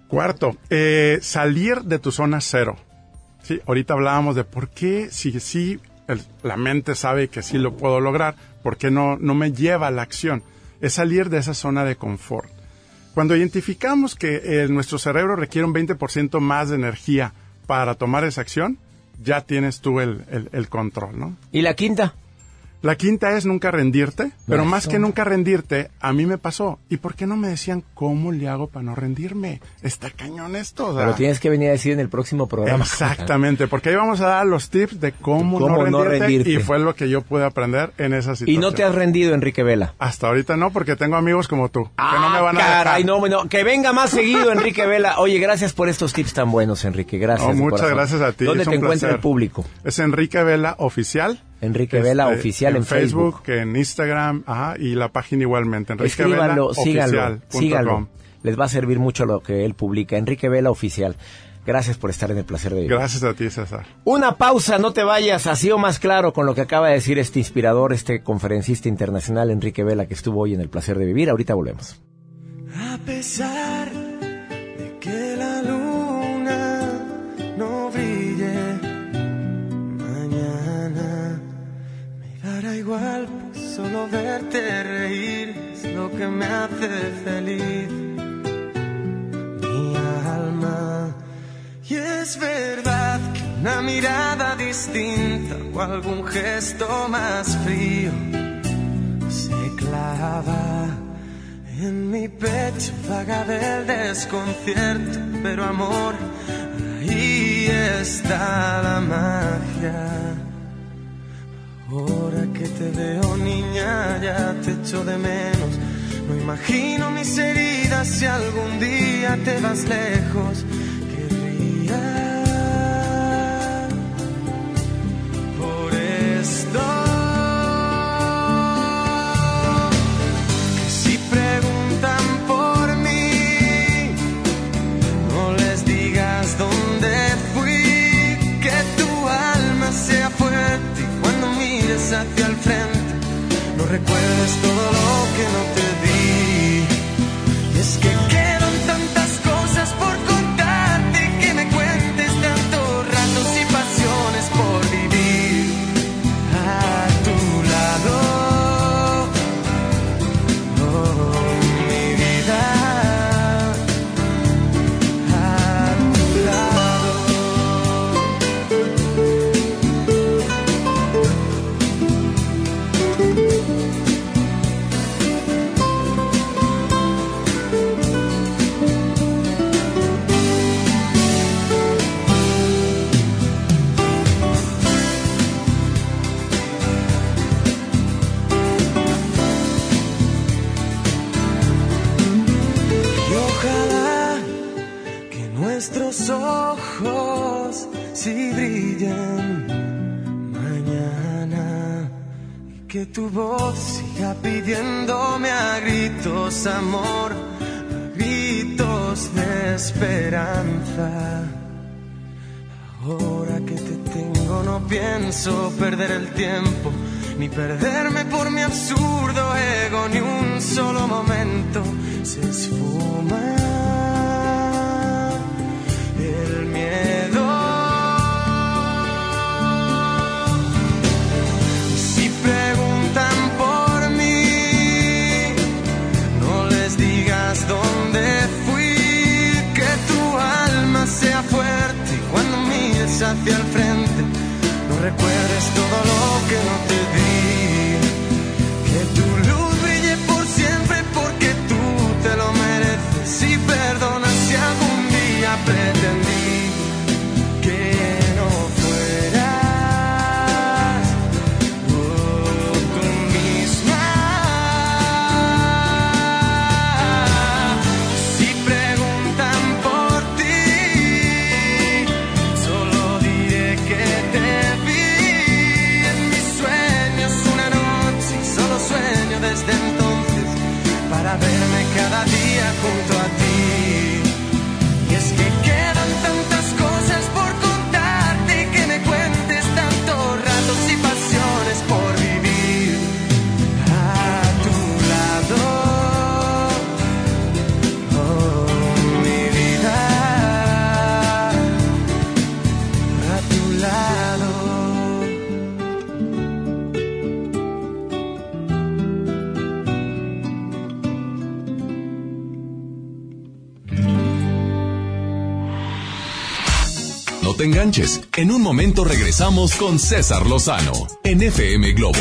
salir de tu zona cero. Sí, ahorita hablábamos de por qué, si la mente sabe que sí lo puedo lograr, ¿por qué no me lleva a la acción? Es salir de esa zona de confort. Cuando identificamos que nuestro cerebro requiere un 20% más de energía para tomar esa acción, ya tienes tú el control, ¿no? ¿Y la quinta? La quinta es nunca rendirte, pero más que nunca rendirte, a mí me pasó. ¿Y por qué no me decían cómo le hago para no rendirme? Está cañón esto. Pero tienes que venir a decir en el próximo programa. Exactamente, porque ahí vamos a dar los tips de cómo no rendirte. Y fue lo que yo pude aprender en esa situación. ¿Y no te has rendido, Enrique Vela? Hasta ahorita no, porque tengo amigos como tú, que no me van a dejar. No, que venga más seguido, Enrique Vela. Oye, gracias por estos tips tan buenos, Enrique. Gracias. Muchas gracias a ti. ¿Dónde te encuentra el público? Es Enrique Vela Oficial. Enrique Vela Oficial en Facebook, en Instagram, y la página igualmente, Enrique Vela síganlo. Les va a servir mucho lo que él publica, Enrique Vela Oficial. Gracias por estar en El Placer de Vivir. Gracias a ti, César. Una pausa, no te vayas, así o más claro con lo que acaba de decir este inspirador, este conferencista internacional, Enrique Vela, que estuvo hoy en El Placer de Vivir. Ahorita volvemos. A pesar de que la luna no brille, dará igual, pues solo verte reír es lo que me hace feliz, mi alma. Y es verdad que una mirada distinta o algún gesto más frío se clava en mi pecho, vaga del desconcierto, pero amor, ahí está la magia. Ahora que te veo, niña, ya te echo de menos. No imagino mis heridas si algún día te vas lejos. Querría por esto que si preguntan por mí, no les digas dónde fui, que tu alma sea fuerte hacia el frente, no recuerdes todo lo que no te di. Y es que quedan tantas cosas por contarte, que me cuentes tantos ratos y pasiones por vivir a tu lado. Oh, mi vida, a tu lado. Nuestros ojos si brillen mañana y que tu voz siga pidiéndome a gritos amor, a gritos de esperanza. Ahora que te tengo no pienso perder el tiempo, ni perderme por mi absurdo ego, ni un solo momento se esfuma el miedo. Si preguntan por mí, no les digas dónde fui, que tu alma sea fuerte y cuando mires hacia el frente, no recuerdes todo lo que no te di, que tu luz brille por siempre porque tú te lo mereces. Si te enganches. En un momento regresamos con César Lozano en FM Globo.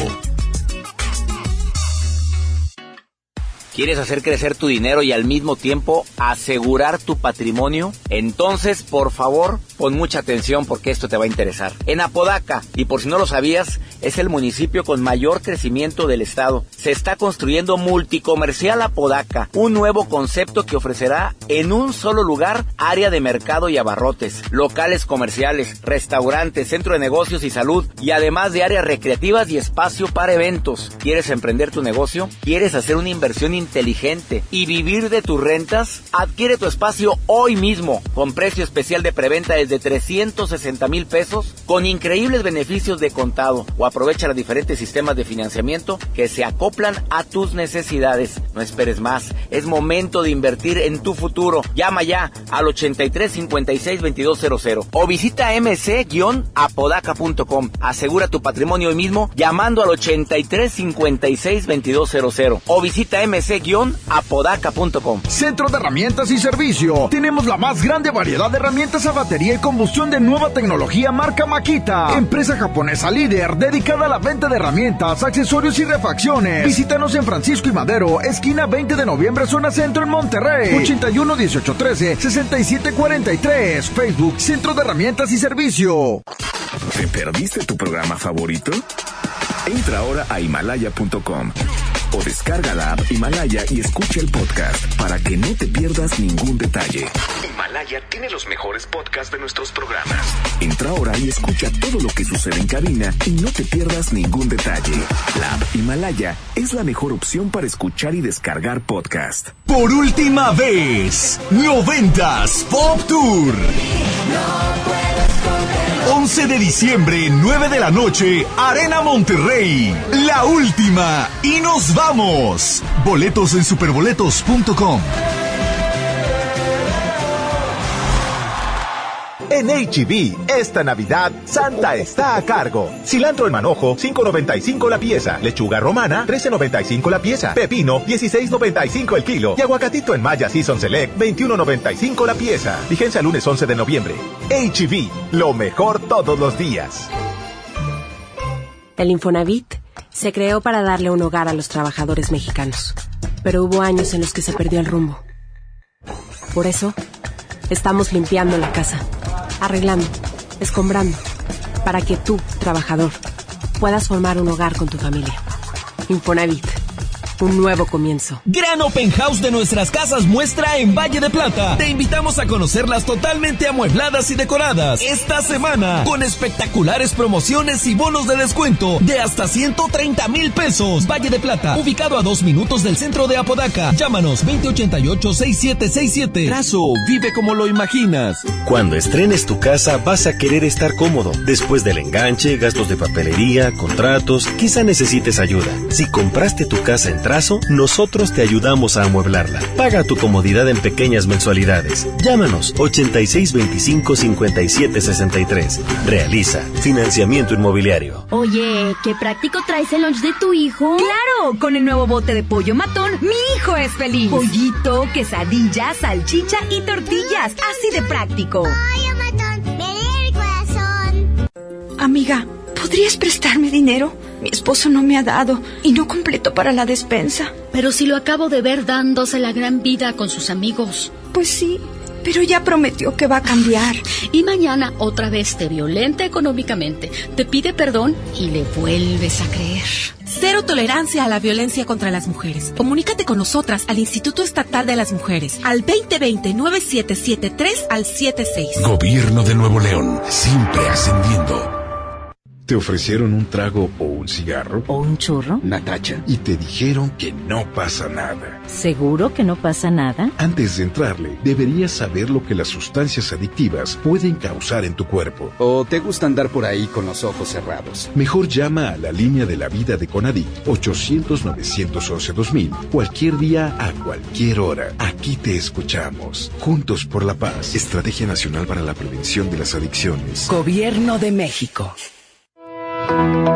¿Quieres hacer crecer tu dinero y al mismo tiempo asegurar tu patrimonio? Entonces, por favor, pon mucha atención porque esto te va a interesar. En Apodaca, y por si no lo sabías, es el municipio con mayor crecimiento del estado. Se está construyendo Multicomercial Apodaca, un nuevo concepto que ofrecerá en un solo lugar área de mercado y abarrotes, locales comerciales, restaurantes, centro de negocios y salud, y además de áreas recreativas y espacio para eventos. ¿Quieres emprender tu negocio? ¿Quieres hacer una inversión inteligente y vivir de tus rentas? Adquiere tu espacio hoy mismo con precio especial de preventa desde 360,000 pesos con increíbles beneficios de contado, o aprovecha los diferentes sistemas de financiamiento que se acoplan a tus necesidades. No esperes más, es momento de invertir en tu futuro. Llama ya al 83 56 2200 o visita mc-apodaca.com. Asegura tu patrimonio hoy mismo llamando al 83 56 2200 o visita mc-apodaca.com. Centro de Herramientas y Servicio. Tenemos la más grande variedad de herramientas a batería y combustión de nueva tecnología marca Makita. Empresa japonesa líder dedicada a la venta de herramientas, accesorios y refacciones. Visítanos en Francisco y Madero, esquina 20 de noviembre, zona centro en Monterrey. 81 18 13 67 43. Facebook Centro de Herramientas y Servicio. ¿Te perdiste tu programa favorito? Entra ahora a Himalaya.com o descarga la app Himalaya y escucha el podcast para que no te pierdas ningún detalle. Himalaya tiene los mejores podcasts de nuestros programas. Entra ahora y escucha todo lo que sucede en cabina y no te pierdas ningún detalle. La app Himalaya es la mejor opción para escuchar y descargar podcast. Por última vez, 90s Pop Tour. 11 de diciembre, 9 de la noche, Arena Monterrey. La última. Y nos vamos. Boletos en superboletos.com. En H-E-B, esta Navidad, Santa está a cargo. Cilantro en manojo, $5.95 la pieza. Lechuga romana, $13.95 la pieza. Pepino, $16.95 el kilo. Y aguacatito en Maya Season Select, $21.95 la pieza. Vigencia lunes 11 de noviembre. H-E-B, lo mejor todos los días. El Infonavit se creó para darle un hogar a los trabajadores mexicanos. Pero hubo años en los que se perdió el rumbo. Por eso, estamos limpiando la casa, arreglando, escombrando, para que tú, trabajador, puedas formar un hogar con tu familia. Infonavit, un nuevo comienzo. Gran Open House de nuestras casas muestra en Valle de Plata. Te invitamos a conocerlas totalmente amuebladas y decoradas esta semana, con espectaculares promociones y bonos de descuento de hasta 130,000 pesos. Valle de Plata, ubicado a 2 minutos del centro de Apodaca. Llámanos 2088-6767. Trazo, vive como lo imaginas. Cuando estrenes tu casa vas a querer estar cómodo. Después del enganche, gastos de papelería, contratos, quizá necesites ayuda. Si compraste tu casa en Trazo, nosotros te ayudamos a amueblarla. Paga tu comodidad en pequeñas mensualidades. Llámanos 8625-5763. Realiza financiamiento inmobiliario. Oye, qué práctico traes el lunch de tu hijo. ¡Claro! Con el nuevo bote de pollo matón, mi hijo es feliz. Pollito, quesadilla, salchicha y tortillas. Así de práctico. Pollo matón, me lee el corazón. Amiga, ¿podrías prestarme dinero? Mi esposo no me ha dado y no completo para la despensa. Pero si lo acabo de ver dándose la gran vida con sus amigos. Pues sí, pero ya prometió que va a cambiar. Y mañana otra vez te violenta económicamente, te pide perdón y le vuelves a creer. Cero tolerancia a la violencia contra las mujeres. Comunícate con nosotras al Instituto Estatal de las Mujeres al 2020-9773 al 76. Gobierno de Nuevo León, siempre ascendiendo. ¿Te ofrecieron un trago o un cigarro? ¿O un churro? Natacha. Y te dijeron que no pasa nada. ¿Seguro que no pasa nada? Antes de entrarle, deberías saber lo que las sustancias adictivas pueden causar en tu cuerpo. ¿O te gusta andar por ahí con los ojos cerrados? Mejor llama a la línea de la vida de Conadic, 800-911-2000. Cualquier día, a cualquier hora. Aquí te escuchamos. Juntos por la paz. Estrategia Nacional para la Prevención de las Adicciones. Gobierno de México.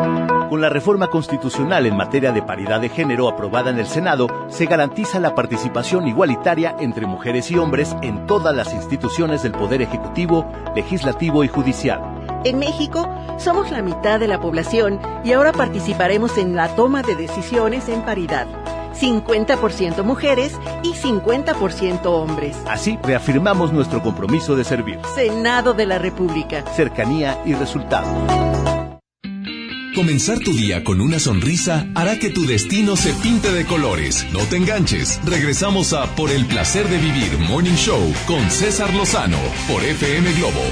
Con la reforma constitucional en materia de paridad de género aprobada en el Senado, se garantiza la participación igualitaria entre mujeres y hombres en todas las instituciones del Poder Ejecutivo, Legislativo y Judicial. En México, somos la mitad de la población y ahora participaremos en la toma de decisiones en paridad. 50% mujeres y 50% hombres. Así reafirmamos nuestro compromiso de servir. Senado de la República. Cercanía y resultados. Comenzar tu día con una sonrisa hará que tu destino se pinte de colores. No te enganches. Regresamos a Por el Placer de Vivir Morning Show con César Lozano por FM Globo.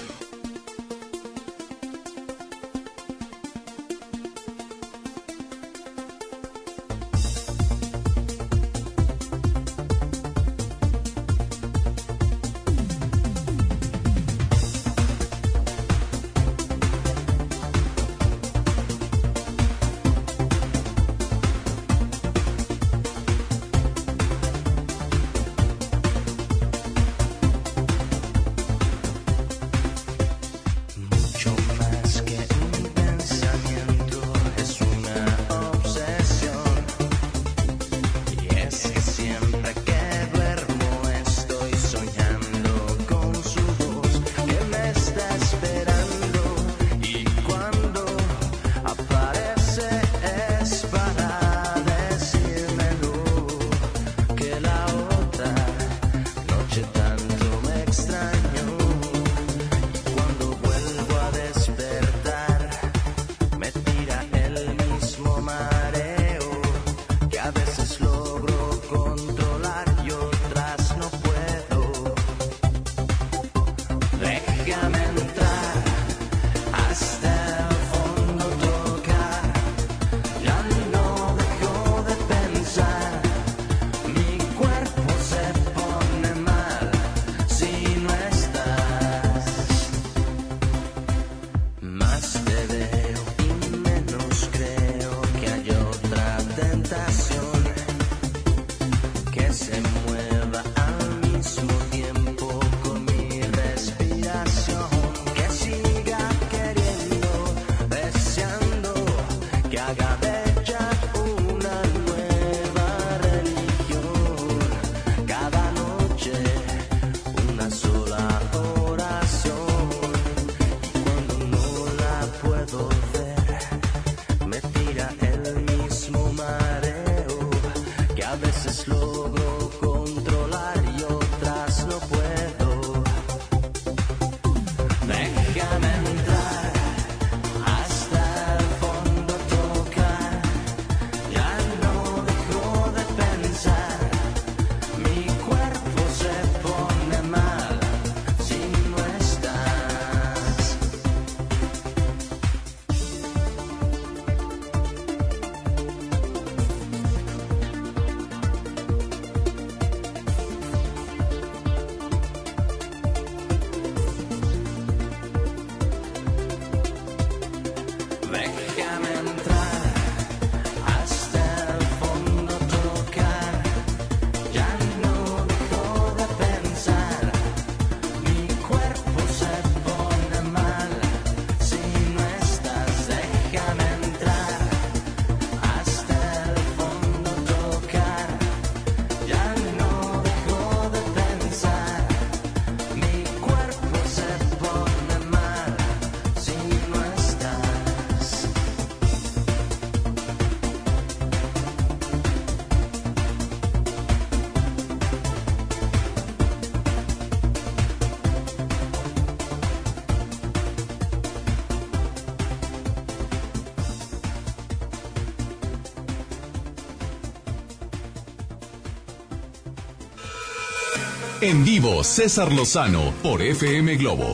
En vivo, César Lozano por FM Globo.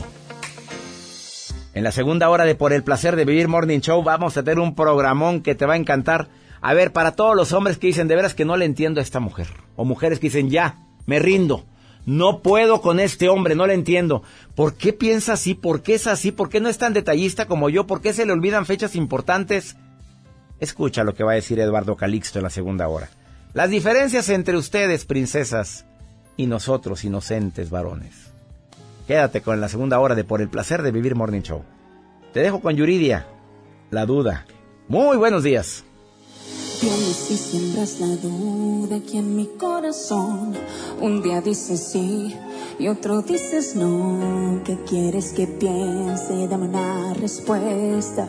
En la segunda hora de Por el Placer de Vivir Morning Show vamos a tener un programón que te va a encantar. A ver, para todos los hombres que dicen, de veras que no le entiendo a esta mujer. O mujeres que dicen, ya, me rindo. No puedo con este hombre, no le entiendo. ¿Por qué piensa así? ¿Por qué es así? ¿Por qué no es tan detallista como yo? ¿Por qué se le olvidan fechas importantes? Escucha lo que va a decir Eduardo Calixto en la segunda hora. Las diferencias entre ustedes, princesas, y nosotros, inocentes varones. Quédate con la segunda hora de Por el Placer de Vivir Morning Show. Te dejo con Yuridia, la duda. Muy buenos días. Tienes y siembras la duda aquí en mi corazón. Un día dices sí y otro dices no. ¿Qué quieres que piense? Dame una respuesta.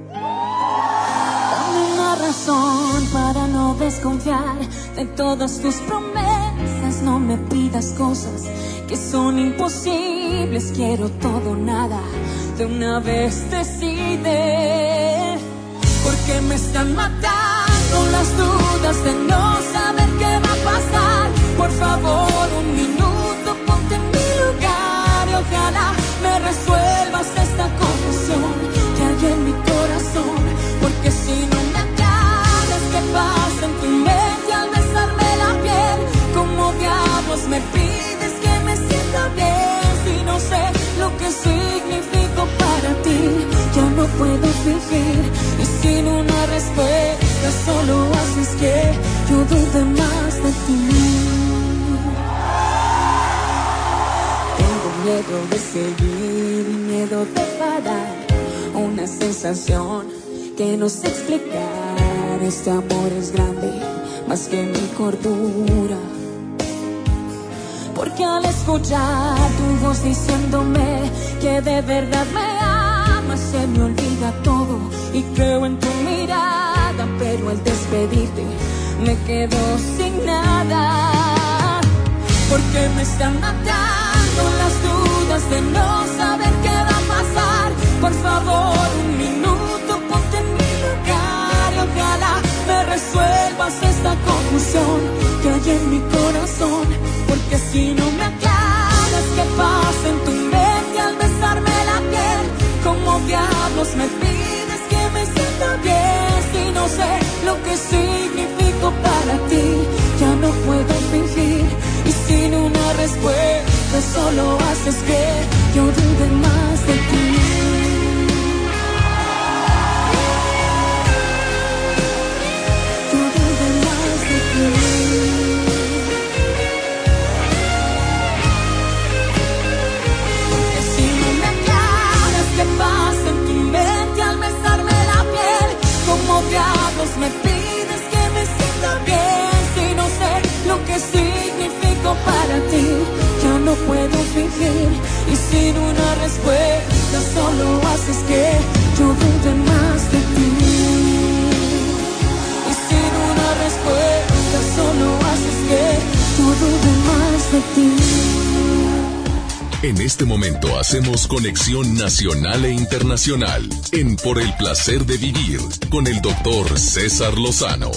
Dame una razón para no desconfiar de todas tus promesas. No me pidas cosas que son imposibles. Quiero todo o nada. De una vez decide. Porque me están matando las dudas de no saber qué va a pasar. Por favor, un minuto, ponte en mi lugar y ojalá me resuelvas esta confusión que hay en mi corazón. Porque si no me aclaras qué pasa en tu mente al besarme la piel, ¿cómo diablos me pides que me sienta bien? Si no sé lo que significo para ti, ya no puedo fingir. Y sin una respuesta solo haces que yo dude más de ti. Tengo miedo de seguir y miedo de parar. Una sensación que no sé explicar. Este amor es grande, más que mi cordura. Porque al escuchar tu voz diciéndome que de verdad me amas, se me olvida todo y creo en tu mirada. Pero al despedirte me quedo sin nada. Porque me están matando las dudas de no saber qué va a pasar. Por favor, un minuto, ponte en mi lugar y ojalá me resuelvas esta confusión que hay en mi corazón. Porque si no me aclaras qué pasa en tu mente al besarme la piel, ¿cómo diablos me pides que me sienta bien? Si no sé lo que significo para ti, ya no puedo fingir. Y sin una respuesta solo haces que yo dude más de ti. Yo dude más de ti. ¿Qué pasa en tu mente al besarme la piel? ¿Cómo diablos me pides que me sienta bien? Si no sé lo que significo para ti, ya no puedo fingir. Y sin una respuesta solo haces que yo dude más de ti. Y sin una respuesta solo haces que yo dude más de ti. En este momento hacemos conexión nacional e internacional en Por el Placer de Vivir con el doctor César Lozano.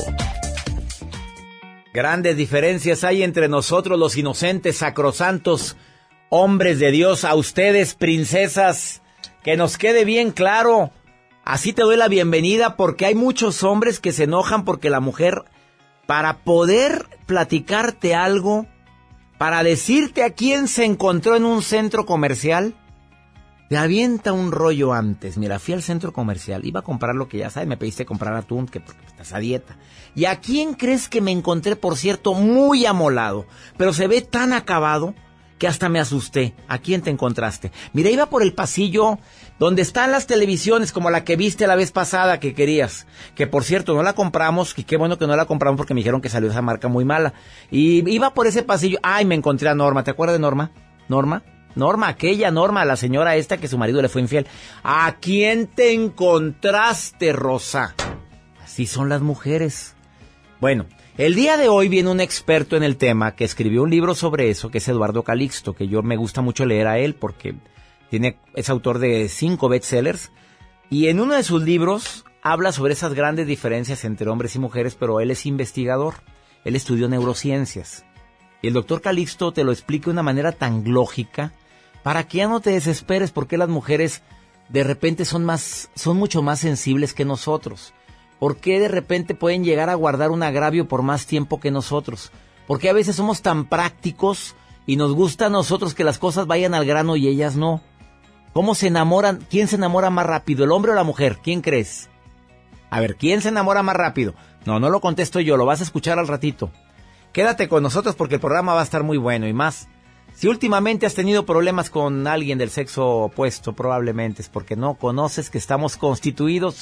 Grandes diferencias hay entre nosotros los inocentes, sacrosantos, hombres de Dios. A ustedes, princesas, que nos quede bien claro. Así te doy la bienvenida porque hay muchos hombres que se enojan porque la mujer, para poder platicarte algo, para decirte a quién se encontró en un centro comercial, te avienta un rollo antes. Mira, fui al centro comercial, iba a comprar lo que ya sabes, me pediste comprar atún, que porque estás a dieta. ¿Y a quién crees que me encontré, por cierto, muy amolado? Pero se ve tan acabado que hasta me asusté. ¿A quién te encontraste? Mira, iba por el pasillo donde están las televisiones, como la que viste la vez pasada que querías. Que por cierto, no la compramos, y qué bueno que no la compramos porque me dijeron que salió esa marca muy mala. Y iba por ese pasillo, ay, me encontré a Norma. ¿Te acuerdas de Norma? Norma, aquella Norma, la señora esta que su marido le fue infiel. ¿A quién te encontraste, Rosa? Así son las mujeres. Bueno, el día de hoy viene un experto en el tema que escribió un libro sobre eso, que es Eduardo Calixto, que yo me gusta mucho leer a él porque es autor de 5 bestsellers. Y en uno de sus libros habla sobre esas grandes diferencias entre hombres y mujeres, pero él es investigador. Él estudió neurociencias. Y el doctor Calixto te lo explica de una manera tan lógica para que ya no te desesperes porque las mujeres de repente son mucho más sensibles que nosotros. ¿Por qué de repente pueden llegar a guardar un agravio por más tiempo que nosotros? Porque a veces somos tan prácticos y nos gusta a nosotros que las cosas vayan al grano y ellas no. ¿Cómo se enamoran? ¿Quién se enamora más rápido, el hombre o la mujer? ¿Quién crees? A ver, ¿quién se enamora más rápido? No lo contesto yo, lo vas a escuchar al ratito. Quédate con nosotros porque el programa va a estar muy bueno y más. Si últimamente has tenido problemas con alguien del sexo opuesto, probablemente es porque no conoces que estamos constituidos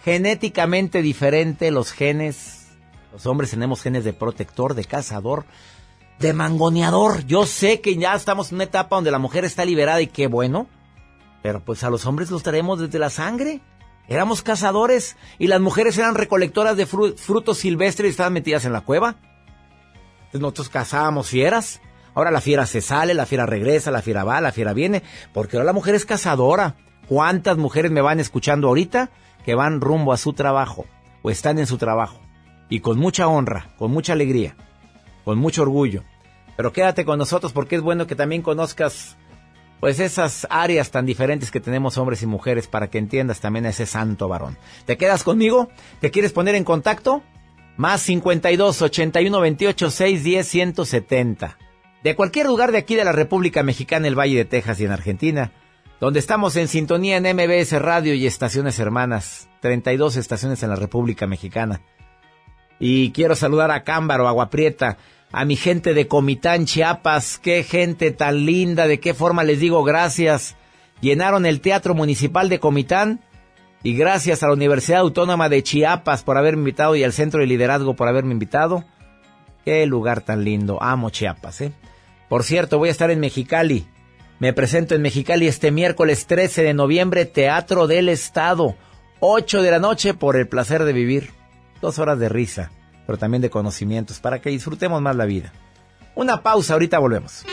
genéticamente diferente los genes. Los hombres tenemos genes de protector, de cazador, de mangoneador. Yo sé que ya estamos en una etapa donde la mujer está liberada y qué bueno, pero pues a los hombres los traemos desde la sangre. Éramos cazadores y las mujeres eran recolectoras de frutos silvestres y estaban metidas en la cueva. Entonces nosotros cazábamos fieras. Ahora la fiera se sale, la fiera regresa, la fiera va, la fiera viene, porque ahora la mujer es cazadora. ¿Cuántas mujeres me van escuchando ahorita que van rumbo a su trabajo o están en su trabajo? Y con mucha honra, con mucha alegría, con mucho orgullo. Pero quédate con nosotros porque es bueno que también conozcas pues esas áreas tan diferentes que tenemos hombres y mujeres para que entiendas también a ese santo varón. ¿Te quedas conmigo? ¿Te quieres poner en contacto? Más 52 81 28 610 170. De cualquier lugar de aquí de la República Mexicana, el Valle de Texas y en Argentina, donde estamos en sintonía en MBS Radio y estaciones hermanas, 32 estaciones en la República Mexicana. Y quiero saludar a Cámbaro, Agua Prieta, a mi gente de Comitán, Chiapas. Qué gente tan linda, de qué forma les digo gracias. Llenaron el Teatro Municipal de Comitán y gracias a la Universidad Autónoma de Chiapas por haberme invitado y al Centro de Liderazgo por haberme invitado. Qué lugar tan lindo, amo Chiapas, Por cierto, voy a estar en Mexicali. Me presento en Mexicali este miércoles 13 de noviembre, Teatro del Estado, 8 de la noche, por el placer de vivir. 2 horas de risa, pero también de conocimientos, para que disfrutemos más la vida. Una pausa, ahorita volvemos.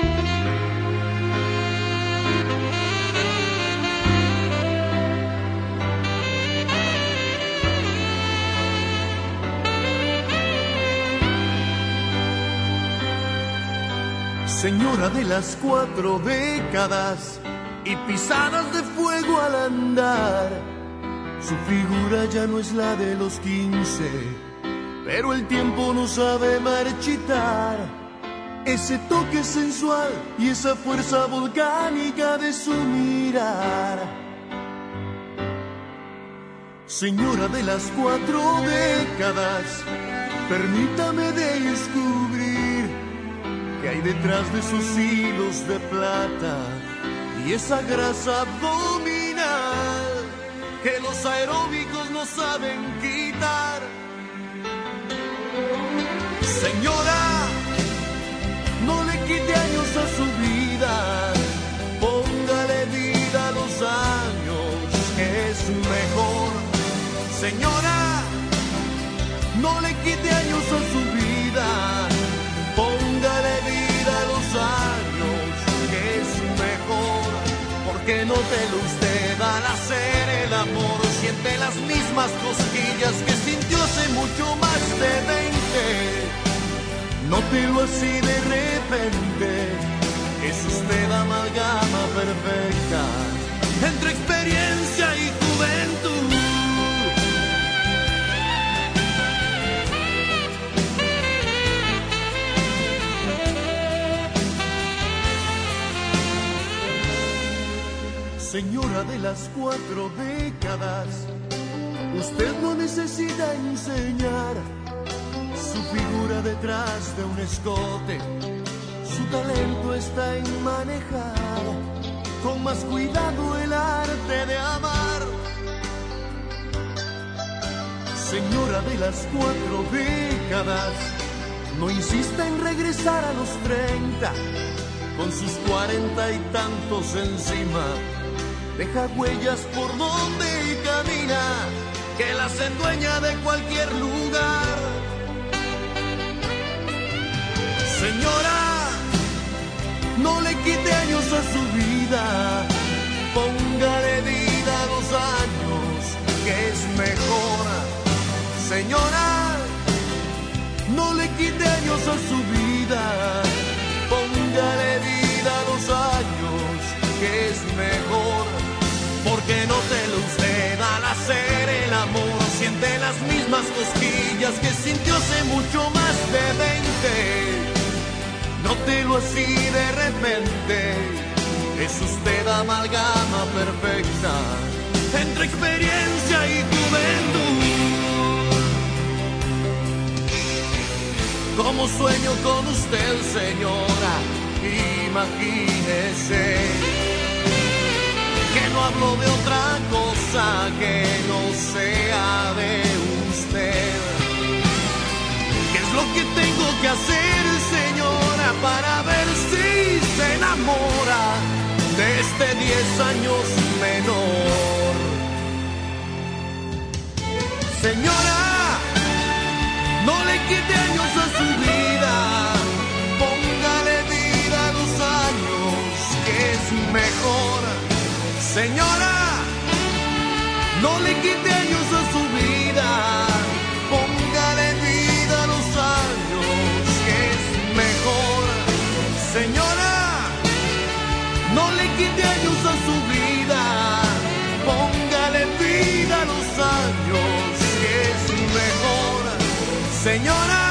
Señora de las 4 décadas y pisadas de fuego al andar, su figura ya no es la de los 15, pero el tiempo no sabe marchitar ese toque sensual y esa fuerza volcánica de su mirar. Señora de las 4 décadas, permítame descubrir que hay detrás de esos hilos de plata y esa grasa abdominal que los aeróbicos no saben quitar. Señora, no le quite años a su vida, póngale vida a los años, que es mejor. Señora, no le quite años a su vida, póngale vida a los años, que es mejor. Porque no te lo usted al hacer el amor, siente las mismas cosquillas que sintió hace mucho más de 20. Nótelo así de repente, es usted amalgama perfecta entre experiencia y juventud. Señora de las 4 décadas, usted no necesita enseñar su figura detrás de un escote. Su talento está en manejar con más cuidado el arte de amar. Señora de las 4 décadas, no insista en regresar a los 30, con sus 40 y tantos encima. Deja huellas por donde camina, que las endueña de cualquier lugar. Señora, no le quite años a su vida, póngale vida a los años, que es mejor. Señora, no le quite años a su vida, póngale vida a los años, que es mejor. Porque no te lo usted al hacer el amor, siente las mismas cosquillas que sintió hace mucho más de 20. Nótelo así de repente, es usted amalgama perfecta entre experiencia y juventud. Como sueño con usted, señora, imagínese que no hablo de otra cosa que no sea de usted. ¿Qué es lo que tengo que hacer, señora, para ver si se enamora de este 10 años menor? Señora, no le quite años a su vida, póngale vida a los años, que es mejor. Señora, no le quite años a su vida, póngale vida a los años, que es mejor. Señora, no le quite años a su vida, póngale vida a los años, que es mejor. Señora.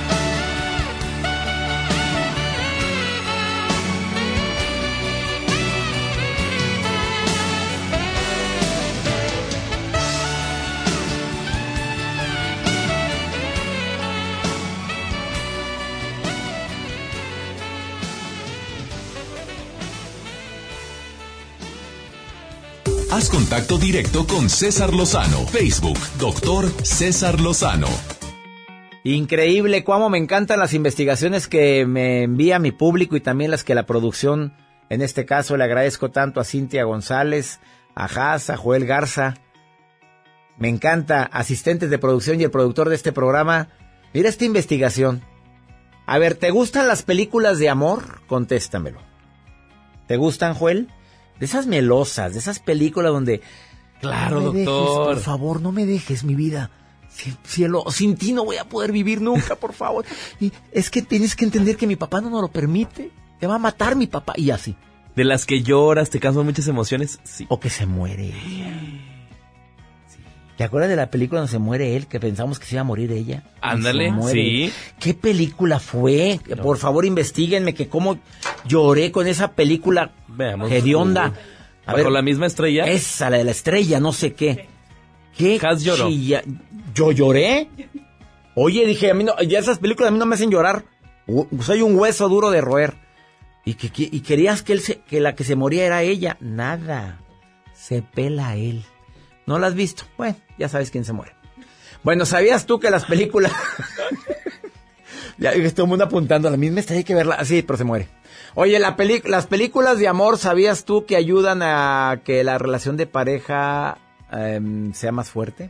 Haz contacto directo con César Lozano. Facebook, Dr. César Lozano. Increíble, cómo me encantan las investigaciones que me envía mi público y también las que la producción, en este caso le agradezco tanto a Cintia González, a Haas, a Joel Garza. Me encanta, asistentes de producción y el productor de este programa. Mira esta investigación. A ver, ¿te gustan las películas de amor? Contéstamelo. ¿Te gustan, Joel? De esas melosas, de esas películas donde... Claro, no me doctor. dejes, por favor, no me dejes mi vida. Cielo, sin ti no voy a poder vivir nunca, por favor. Y es que tienes que entender que mi papá no nos lo permite. Te va a matar mi papá. Y así. De las que lloras, te causan muchas emociones, sí. O que se muere ella. Sí. ¿Te acuerdas de la película donde se muere él? Que pensamos que se iba a morir ella. Ándale, sí. ¿Qué película fue? No. Por favor, investíguenme que cómo lloré con esa película. Veamos. Hedionda. ¿Bajo la misma estrella? Esa, la de la estrella, no sé qué. ¿Qué? Has lloró. ¿Yo lloré? Oye, dije, a mí no, ya esas películas a mí no me hacen llorar. Soy un hueso duro de roer. Y querías que la que se moría era ella. Nada. Se pela él. ¿No la has visto? Bueno, ya sabes quién se muere. Bueno, ¿sabías tú que las películas... ya todo el mundo apuntando a la misma estrella, hay que verla. Sí, pero se muere. Oye, las películas de amor, ¿sabías tú que ayudan a que la relación de pareja sea más fuerte?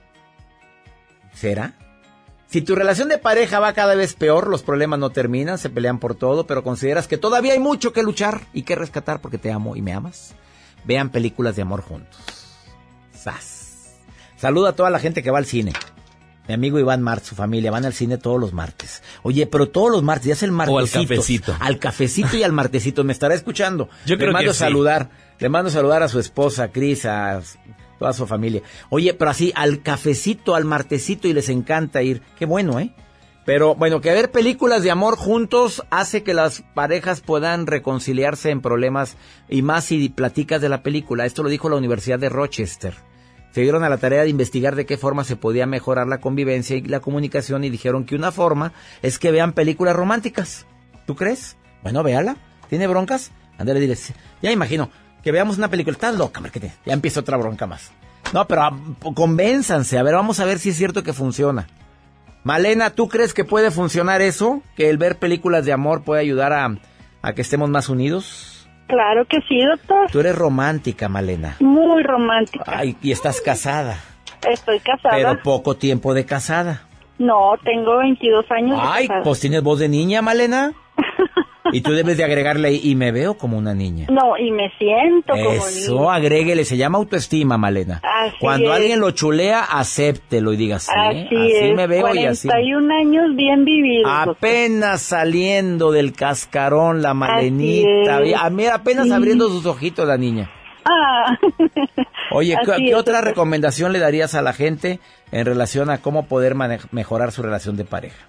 ¿Será? Si tu relación de pareja va cada vez peor, los problemas no terminan, se pelean por todo, pero consideras que todavía hay mucho que luchar y que rescatar porque te amo y me amas, vean películas de amor juntos. ¡Sas! Saluda a toda la gente que va al cine. Mi amigo Iván Mart, su familia, van al cine todos los martes. Oye, pero todos los martes, ya es el martesito. O al cafecito. Al cafecito y al martesito. Me estará escuchando. Yo creo que sí. Le mando saludar a su esposa, Cris, a toda su familia. Oye, pero así, al cafecito, al martesito, y les encanta ir. Qué bueno, ¿eh? Pero, bueno, que ver películas de amor juntos hace que las parejas puedan reconciliarse en problemas, y más si platicas de la película. Esto lo dijo la Universidad de Rochester. Se dieron a la tarea de investigar de qué forma se podía mejorar la convivencia y la comunicación y dijeron que una forma es que vean películas románticas. ¿Tú crees? Bueno, véala. ¿Tiene broncas? Ándale, dile. Ya imagino que veamos una película. Estás loca, Marquete. Ya empieza otra bronca más. No, pero convénzanse. A ver, vamos a ver si es cierto que funciona. Malena, ¿tú crees que puede funcionar eso? ¿Que el ver películas de amor puede ayudar a que estemos más unidos? Claro que sí, doctor. Tú eres romántica, Malena. Muy romántica. Ay, y estás casada. Estoy casada. Pero poco tiempo de casada. No, tengo 22 años de Ay, casada. Pues tienes voz de niña, Malena. Y tú debes de agregarle ahí, y me veo como una niña. No, y me siento como niña. Eso, agréguele, se llama autoestima, Malena. Así Cuando es. alguien lo chulea, acéptelo y diga, sí, así me veo 41 y así. 41 años bien vividos. Apenas saliendo del cascarón la Malenita. Mira, apenas abriendo sus ojitos la niña. Ah. Oye, ¿qué es, otra recomendación le darías a la gente en relación a cómo poder mejorar su relación de pareja?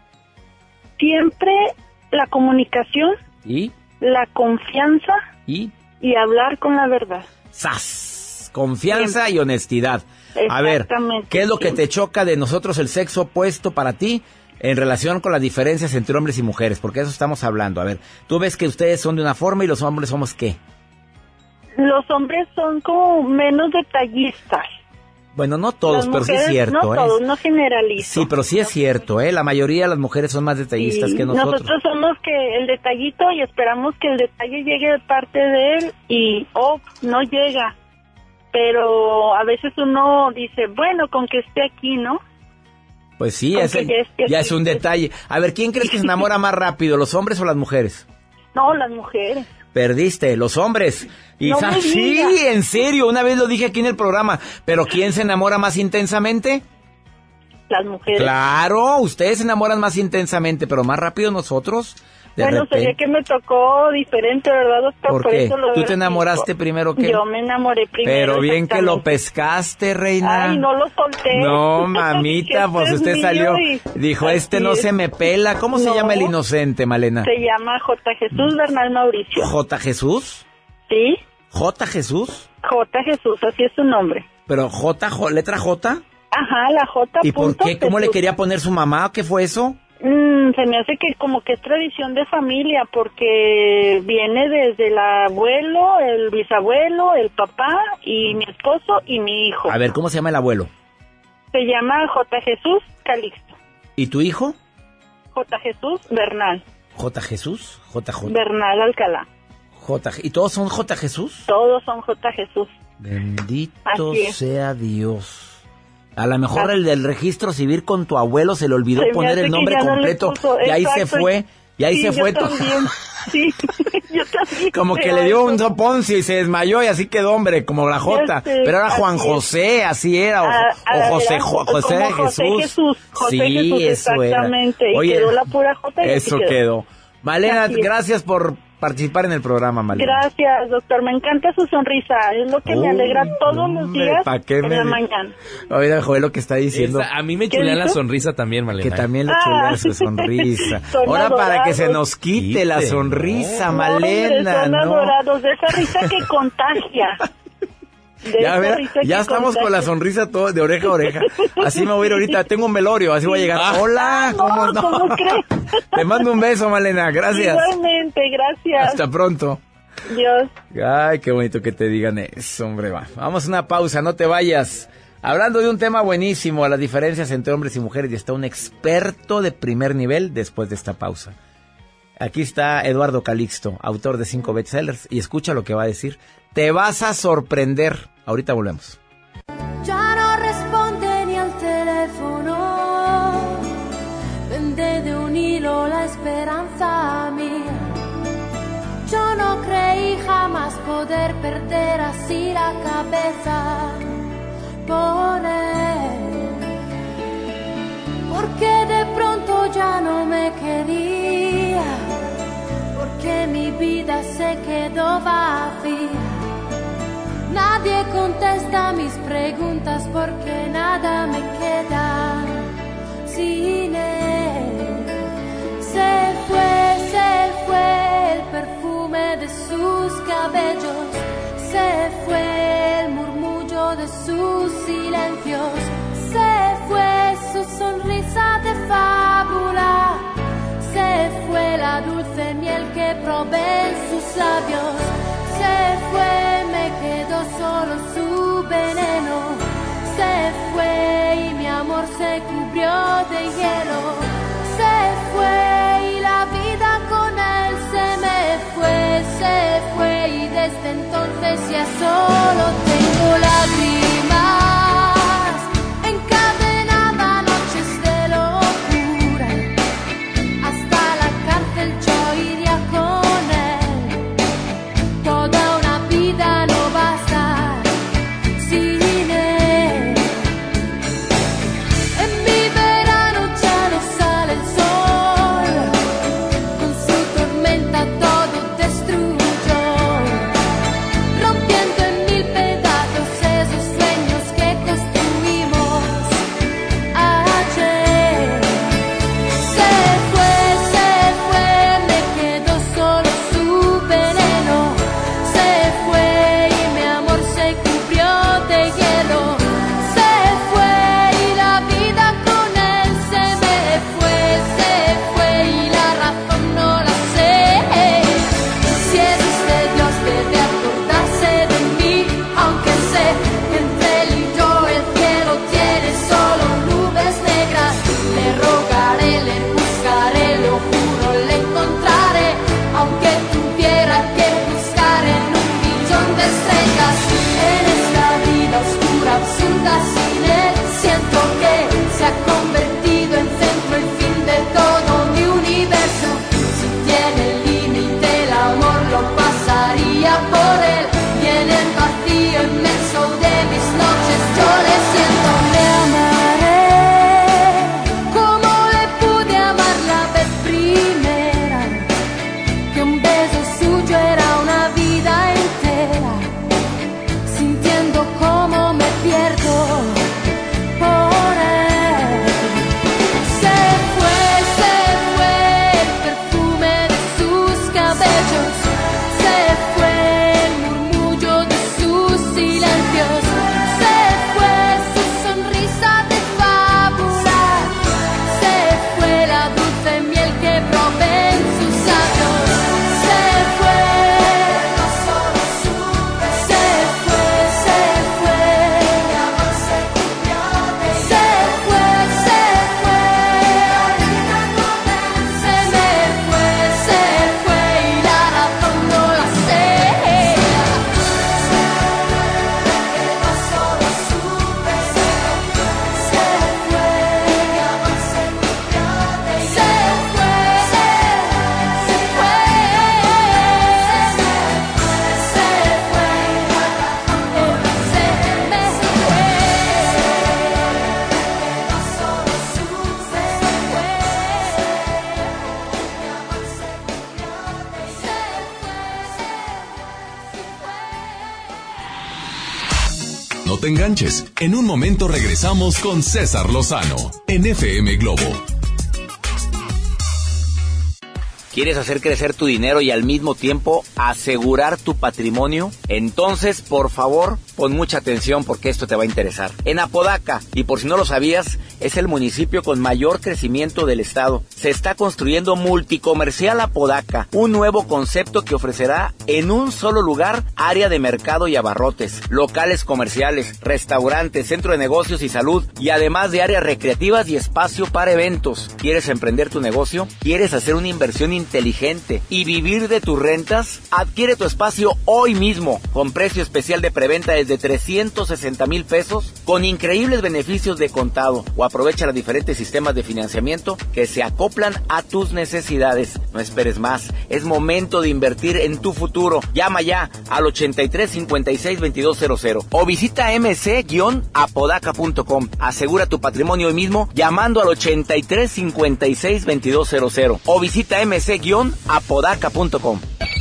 Siempre la comunicación, ¿y? La confianza y hablar con la verdad. ¡Sas! Confianza y honestidad. A ver, Exactamente, ¿qué es lo que te choca de nosotros, el sexo opuesto para ti, en relación con las diferencias entre hombres y mujeres? Porque de eso estamos hablando. A ver, tú ves que ustedes son de una forma y los hombres somos ¿qué? los hombres son como menos detallistas. Bueno, no todos, Las pero sí mujeres, es cierto. No todos, no generalizo. Sí, pero sí es cierto, La mayoría de las mujeres son más detallistas que nosotros. Nosotros somos que el detallito y esperamos que el detalle llegue de parte de él y, no llega. Pero a veces uno dice, bueno, con que esté aquí, ¿no? Pues sí, ya es un detalle. A ver, ¿quién crees que se enamora más rápido, los hombres o las mujeres? No, las mujeres. Perdiste, los hombres. Y No me sí, digas. en serio, una vez lo dije aquí en el programa. ¿Pero quién se enamora más intensamente? Las mujeres. Claro, ustedes se enamoran más intensamente, pero más rápido nosotros. Bueno, sería que me tocó diferente, ¿verdad, doctor? ¿Por qué? eso lo ¿Tú te veo enamoraste así. primero que él? Yo me enamoré primero. Pero bien que lo exactamente. pescaste, reina. Ay, no lo solté. No, mamita, pues Este usted es salió, mío y dijo, así no es. se me pela. ¿Cómo se No. llama el inocente, Malena? Se llama J. Jesús Bernal Mauricio. ¿J. Jesús? ¿Sí? ¿J. Jesús? J. Jesús, así es su nombre. ¿Pero letra J? Ajá, la J. ¿Y por qué? ¿Cómo le quería poner su mamá? ¿Qué fue eso? Se me hace que como que es tradición de familia, porque viene desde el abuelo, el bisabuelo, el papá y mi esposo y mi hijo. A ver, ¿cómo se llama el abuelo? Se llama J. Jesús Calixto. ¿Y tu hijo? J. Jesús Bernal. ¿J. Jesús? ¿JJ? Bernal Alcalá. ¿Y todos son J. Jesús? Todos son J. Jesús. Bendito Así es. sea Dios. A lo mejor el del registro civil con tu abuelo se le olvidó Se me poner hace el que nombre ya no le completo puso, y ahí se exacto. fue. Y ahí Sí, se fue yo todo. también. Sí, yo también. Como que creo le dio eso. un soponcio y se desmayó y así quedó, hombre, como la J. Ya sé, Pero era Juan así es. José, así era, o José, José de como José Jesús. Jesús. José Sí, Jesús, eso era. exactamente. Y Oye, quedó la pura J y así eso quedó. Malena, Así es. gracias por participar en el programa, Malena. Gracias, doctor. Me encanta su sonrisa. Es lo que me alegra todos los días ¿pa' qué en me la di- mañana. Oiga, Joel, lo que está diciendo. A mí me ¿Qué chulean la dijo? sonrisa también, Malena. Que también le chulea su sonrisa. Son Ahora para que se adorados. nos quite la sonrisa, No, Malena, hombre, son ¿no? adorados. De esa risa que contagia. De Ya, esa ver, risa ya que estamos con la contagia. sonrisa todo, de oreja a oreja. Así me voy a ir ahorita. Tengo un velorio, así voy a llegar. Hola, ¿cómo no? ¿Cómo crees? Te mando un beso, Malena. Gracias. Igualmente, gracias. Hasta pronto. Dios. Ay, qué bonito que te digan eso, hombre. Vamos a una pausa, no te vayas. Hablando de un tema buenísimo, las diferencias entre hombres y mujeres, y está un experto de primer nivel después de esta pausa. Aquí está Eduardo Calixto, autor de 5 bestsellers, y escucha lo que va a decir. Te vas a sorprender. Ahorita volvemos. Ya no responde ni al teléfono, pende de un hilo la esperanza mía. Yo no creí jamás poder perder así la cabeza por él, porque de pronto ya no me quería, porque mi vida se quedó vacía. Nadie contesta mis preguntas porque nada me queda sin él. Se fue el perfume de sus cabellos, se fue el murmullo de sus silencios, se fue su sonrisa de fábula, se fue la dulce miel que probé en sus labios, se fue, me quedó solo su veneno, se fue y mi amor se cubrió de hielo, se fue y la vida con él se fue y desde entonces ya solo tengo lágrimas encadenadas, noches de locura, hasta la cárcel yo iría con él. Toda una vida no basta sin él. En mi verano ya no te enganches. En un momento regresamos con César Lozano en FM Globo. ¿Quieres hacer crecer tu dinero y al mismo tiempo asegurar tu patrimonio? Entonces, por favor, pon mucha atención porque esto te va a interesar. En Apodaca, y por si no lo sabías, es el municipio con mayor crecimiento del estado. Se está construyendo Multicomercial Apodaca, un nuevo concepto que ofrecerá en un solo lugar área de mercado y abarrotes, locales comerciales, restaurantes, centro de negocios y salud, y además de áreas recreativas y espacio para eventos. ¿Quieres emprender tu negocio? ¿Quieres hacer una inversión inteligente y vivir de tus rentas? Adquiere tu espacio hoy mismo con precio especial de preventa desde 360,000 pesos con increíbles beneficios de contado, o aprovecha los diferentes sistemas de financiamiento que se acoplan a tus necesidades. No esperes más, es momento de invertir en tu futuro. Llama ya al 83 56 2200 o visita mc-apodaca.com. Asegura tu patrimonio hoy mismo llamando al 83 56 2200 o visita mc-apodaca.com.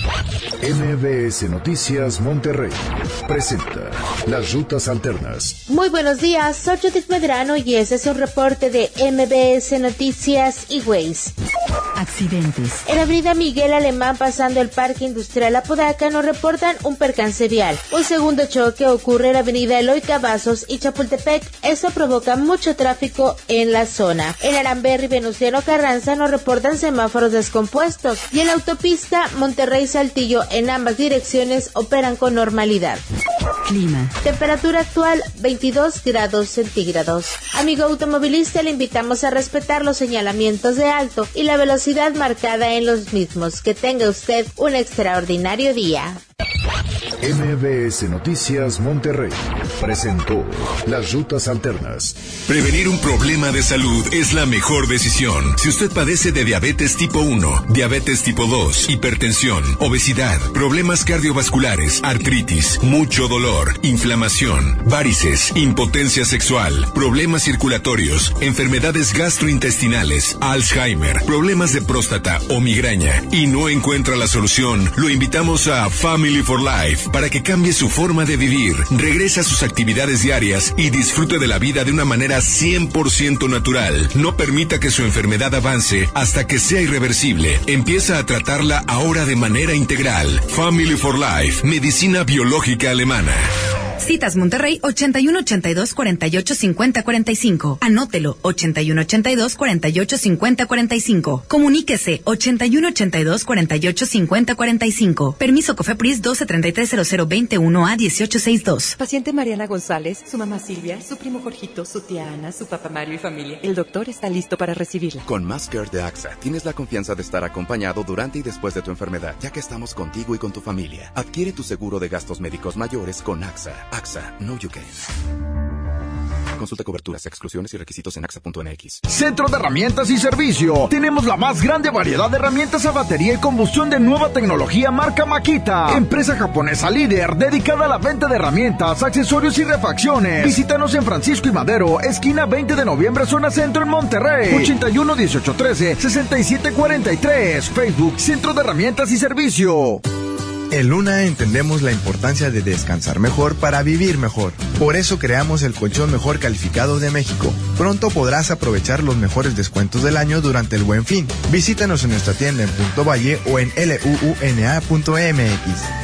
MBS Noticias Monterrey presenta Las Rutas Alternas. Muy buenos días, soy Judith Medrano y este es un reporte de MBS Noticias y Waze. Accidentes. En la avenida Miguel Alemán, pasando el Parque Industrial Apodaca, nos reportan un percance vial. Un segundo choque ocurre en la avenida Eloy Cavazos y Chapultepec. Esto provoca mucho tráfico en la zona. En Aramberri y Venustiano Carranza nos reportan semáforos descompuestos. Y en la autopista Monterrey-Saltillo, en ambas direcciones operan con normalidad. Clima. Temperatura actual 22 grados centígrados. Amigo automovilista, le invitamos a respetar los señalamientos de alto y la velocidad marcada en los mismos. Que tenga usted un extraordinario día. MBS Noticias Monterrey presentó Las Rutas Alternas. Prevenir un problema de salud es la mejor decisión. Si usted padece de diabetes tipo 1, diabetes tipo 2, hipertensión, obesidad, problemas cardiovasculares, artritis, mucho dolor, inflamación, varices, impotencia sexual, problemas circulatorios, enfermedades gastrointestinales, Alzheimer, problemas de próstata o migraña y no encuentra la solución, lo invitamos a Family for Life para que cambie su forma de vivir, regrese a sus actividades diarias y disfrute de la vida de una manera 100% natural. No permita que su enfermedad avance hasta que sea irreversible. Empieza a tratarla ahora de manera integral. Family for Life, medicina biológica alemana. Citas Monterrey 8182-485045. Anótelo 8182-485045. Comuníquese 8182-485045. Permiso COFEPRIS 12330021A1862. Paciente Mariana González, su mamá Silvia, su primo Jorgito, su tía Ana, su papá Mario y familia. El doctor está listo para recibirla. Con Más Care de AXA tienes la confianza de estar acompañado durante y después de tu enfermedad, ya que estamos contigo y con tu familia. Adquiere tu seguro de gastos médicos mayores con AXA. AXA, Know You Can. Consulta coberturas, exclusiones y requisitos en axa.mx. Centro de Herramientas y Servicio. Tenemos la más grande variedad de herramientas a batería y combustión de nueva tecnología marca Makita. Empresa japonesa líder dedicada a la venta de herramientas, accesorios y refacciones. Visítanos en Francisco y Madero, esquina 20 de noviembre, zona centro en Monterrey. 81 18 13 67 43. Facebook Centro de Herramientas y Servicio. En Luna entendemos la importancia de descansar mejor para vivir mejor. Por eso creamos el colchón mejor calificado de México. Pronto podrás aprovechar los mejores descuentos del año durante el Buen Fin. Visítanos en nuestra tienda en Punto Valle o en luuna.mx.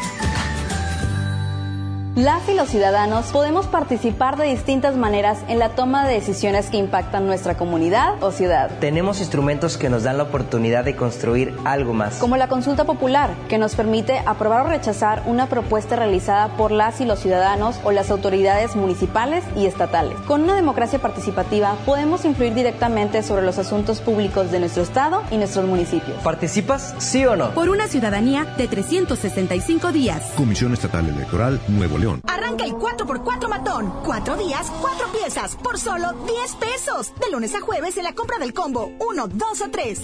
Las y los ciudadanos podemos participar de distintas maneras en la toma de decisiones que impactan nuestra comunidad o ciudad. Tenemos instrumentos que nos dan la oportunidad de construir algo más. Como la consulta popular, que nos permite aprobar o rechazar una propuesta realizada por las y los ciudadanos o las autoridades municipales y estatales. Con una democracia participativa podemos influir directamente sobre los asuntos públicos de nuestro estado y nuestros municipios. ¿Participas, sí o no? Por una ciudadanía de 365 días. Comisión Estatal Electoral, Nuevo León. Arranca el 4x4 matón. 4 días, 4 piezas, por solo 10 pesos. De lunes a jueves en la compra del combo 1, 2 o 3.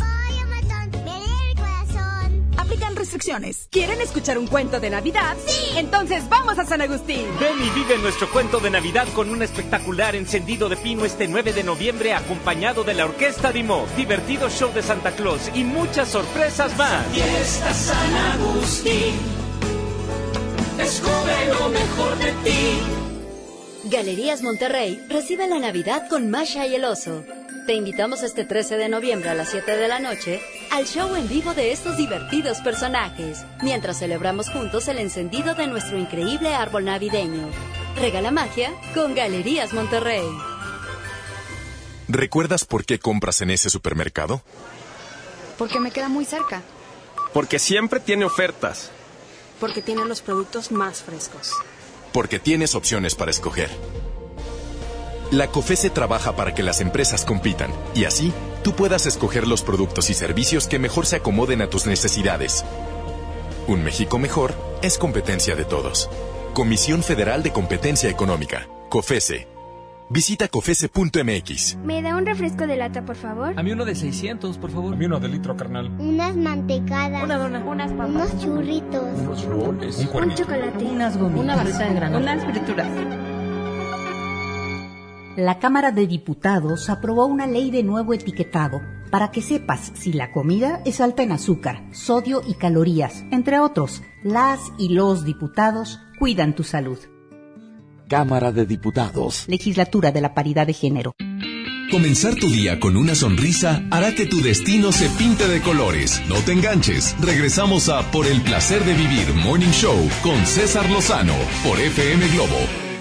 Aplican restricciones. ¿Quieren escuchar un cuento de Navidad? ¡Sí! Entonces vamos a San Agustín. Ven y vive nuestro cuento de Navidad con un espectacular encendido de pino este 9 de noviembre acompañado de la Orquesta Dimov, divertido show de Santa Claus y muchas sorpresas más. Fiesta San Agustín, descubre lo mejor de ti. Galerías Monterrey recibe la Navidad con Masha y el Oso. Te invitamos este 13 de noviembre a las 7 de la noche al show en vivo de estos divertidos personajes, mientras celebramos juntos el encendido de nuestro increíble árbol navideño. Regala magia con Galerías Monterrey. ¿Recuerdas por qué compras en ese supermercado? Porque me queda muy cerca. Porque siempre tiene ofertas. Porque tiene los productos más frescos. Porque tienes opciones para escoger. La COFESE trabaja para que las empresas compitan y así tú puedas escoger los productos y servicios que mejor se acomoden a tus necesidades. Un México mejor es competencia de todos. Comisión Federal de Competencia Económica, COFESE. Visita COFESE.mx. ¿Me da un refresco de lata, por favor? A mí uno de 600, por favor. A mí uno de litro, carnal. Unas mantecadas. Una dona. Unas papas. Unos churritos. Unos roles. Un chocolate. Unas gomitas. Una barrita de granola. Unas frituras. La Cámara de Diputados aprobó una ley de nuevo etiquetado para que sepas si la comida es alta en azúcar, sodio y calorías. Entre otros, las y los diputados cuidan tu salud. Cámara de Diputados. Legislatura de la Paridad de Género. Comenzar tu día con una sonrisa hará que tu destino se pinte de colores. No te enganches. Regresamos a Por el Placer de Vivir Morning Show con César Lozano por FM Globo.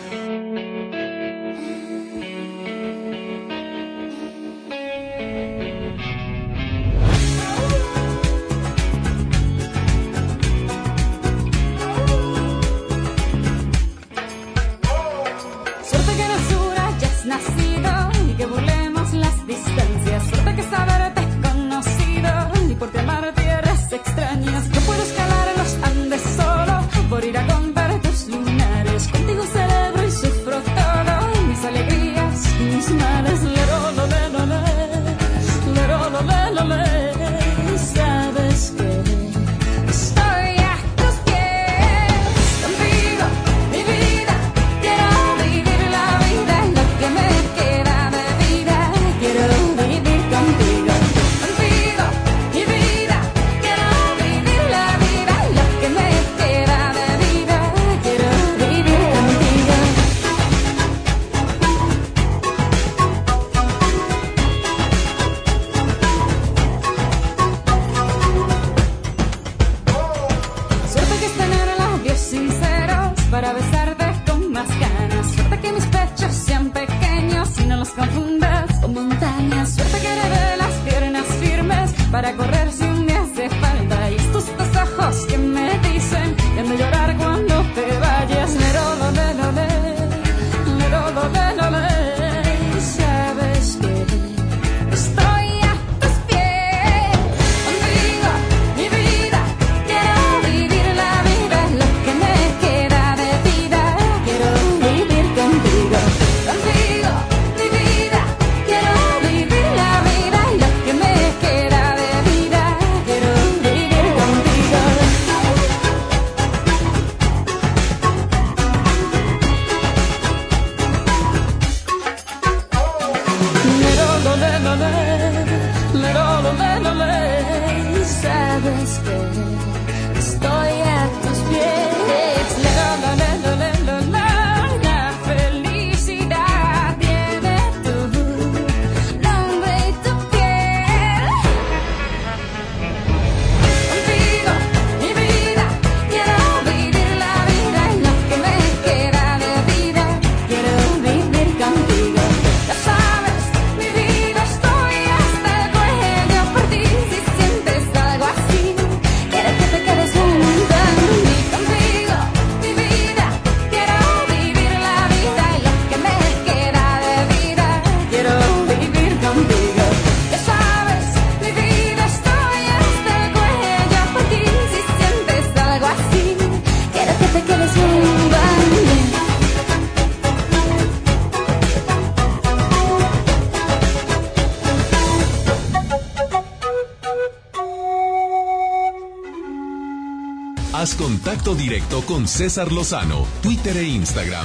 Haz contacto directo con César Lozano, Twitter e Instagram,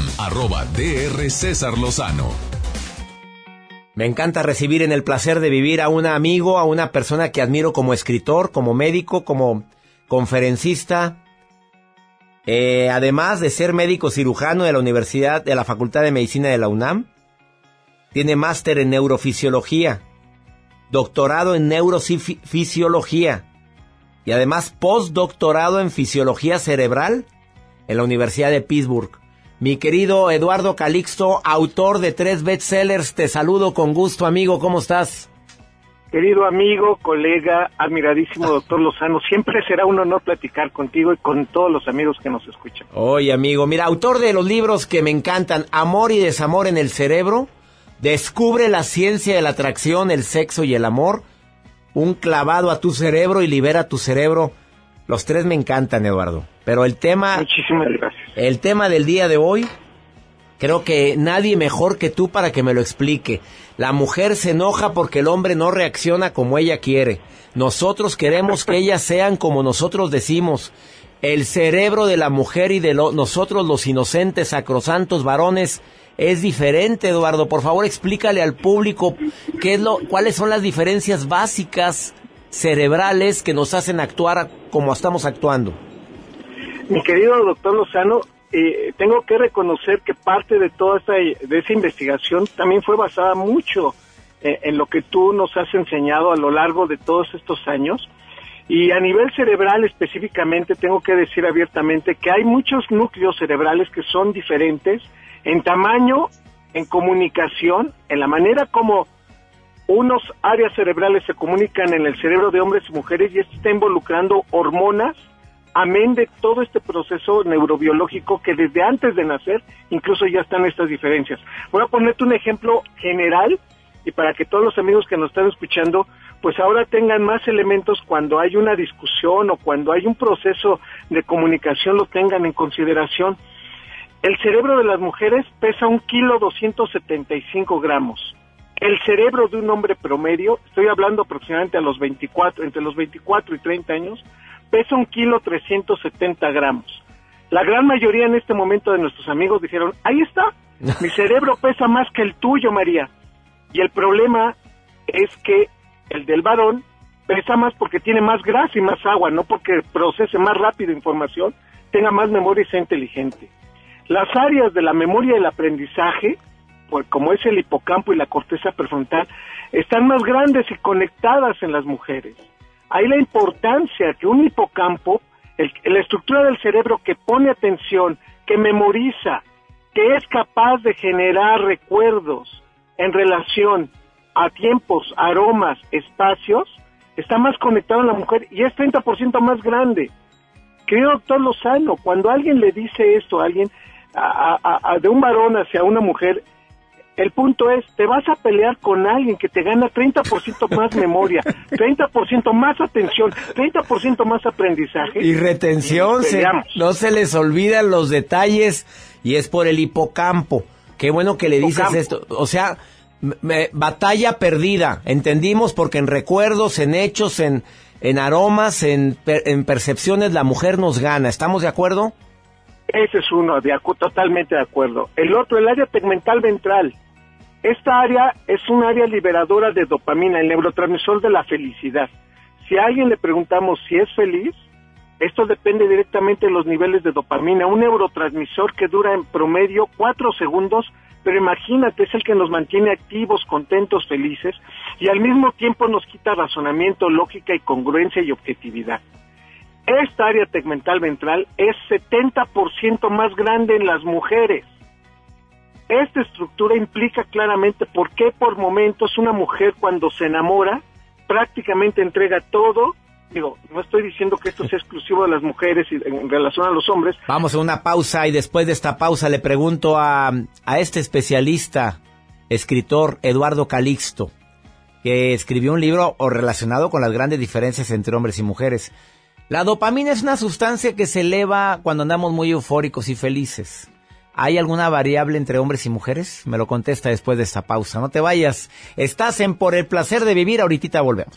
@Dr. César Lozano. Me encanta recibir en el placer de vivir a un amigo, a una persona que admiro como escritor, como médico, como conferencista. Además de ser médico cirujano de la Facultad de Medicina de la UNAM, tiene máster en neurofisiología, doctorado en neurofisiología y además postdoctorado en fisiología cerebral en la Universidad de Pittsburgh. Mi querido Eduardo Calixto, autor de 3 bestsellers, te saludo con gusto, amigo, ¿cómo estás? Querido amigo, colega, admiradísimo doctor Lozano, siempre será un honor platicar contigo y con todos los amigos que nos escuchan. Oye, amigo, mira, autor de los libros que me encantan, Amor y Desamor en el Cerebro, Descubre la ciencia de la atracción, el sexo y el amor, Un clavado a tu cerebro y libera tu cerebro. Los 3 me encantan, Eduardo, pero el tema... Muchísimas gracias. El tema del día de hoy, creo que nadie mejor que tú para que me lo explique. La mujer se enoja porque el hombre no reacciona como ella quiere. Nosotros queremos que ellas sean como nosotros decimos. El cerebro de la mujer y de nosotros los inocentes, sacrosantos varones es diferente, Eduardo. Por favor, explícale al público cuáles son las diferencias básicas cerebrales que nos hacen actuar como estamos actuando. Mi querido doctor Lozano, tengo que reconocer que parte de toda esa investigación también fue basada mucho en lo que tú nos has enseñado a lo largo de todos estos años. Y a nivel cerebral específicamente tengo que decir abiertamente que hay muchos núcleos cerebrales que son diferentes en tamaño, en comunicación, en la manera como unos áreas cerebrales se comunican en el cerebro de hombres y mujeres, y esto está involucrando hormonas, amén de todo este proceso neurobiológico que desde antes de nacer incluso ya están estas diferencias. Voy a ponerte un ejemplo general y para que todos los amigos que nos están escuchando pues ahora tengan más elementos cuando hay una discusión o cuando hay un proceso de comunicación, lo tengan en consideración. El cerebro de las mujeres pesa 1,275 kilogramos. El cerebro de un hombre promedio, estoy hablando aproximadamente entre los 24 y 30 años, pesa 1,370 kilogramos. La gran mayoría en este momento de nuestros amigos dijeron, ahí está, mi cerebro pesa más que el tuyo, María. Y el problema es que el del varón pesa más porque tiene más grasa y más agua, no porque procese más rápido información, tenga más memoria y sea inteligente. Las áreas de la memoria y el aprendizaje, pues como es el hipocampo y la corteza prefrontal, están más grandes y conectadas en las mujeres. Ahí la importancia que un hipocampo, la estructura del cerebro que pone atención, que memoriza, que es capaz de generar recuerdos en relación a tiempos, aromas, espacios, está más conectado en la mujer y es 30% más grande. Querido doctor Lozano, cuando alguien le dice esto a alguien, de un varón hacia una mujer, el punto es, te vas a pelear con alguien que te gana 30% más memoria, 30% más atención, 30% más aprendizaje. Y retención, no se les olvidan los detalles, y es por el hipocampo. Qué bueno que le dices esto. O sea, batalla perdida, entendimos, porque en recuerdos, en hechos, en aromas, en percepciones, la mujer nos gana. ¿Estamos de acuerdo? Ese es uno, totalmente de acuerdo. El otro, el área tegmental ventral. Esta área es un área liberadora de dopamina, el neurotransmisor de la felicidad. Si a alguien le preguntamos si es feliz, esto depende directamente de los niveles de dopamina, un neurotransmisor que dura en promedio 4 segundos, pero imagínate, es el que nos mantiene activos, contentos, felices, y al mismo tiempo nos quita razonamiento, lógica y congruencia y objetividad. Esta área tegmental ventral es 70% más grande en las mujeres. Esta estructura implica claramente por qué por momentos una mujer cuando se enamora prácticamente entrega todo. Digo, no estoy diciendo que esto sea exclusivo de las mujeres en relación a los hombres. Vamos a una pausa y después de esta pausa le pregunto a este especialista, escritor Eduardo Calixto, que escribió un libro relacionado con las grandes diferencias entre hombres y mujeres. La dopamina es una sustancia que se eleva cuando andamos muy eufóricos y felices. ¿Hay alguna variable entre hombres y mujeres? Me lo contesta después de esta pausa. No te vayas. Estás en Por el Placer de Vivir. Ahorita volvemos.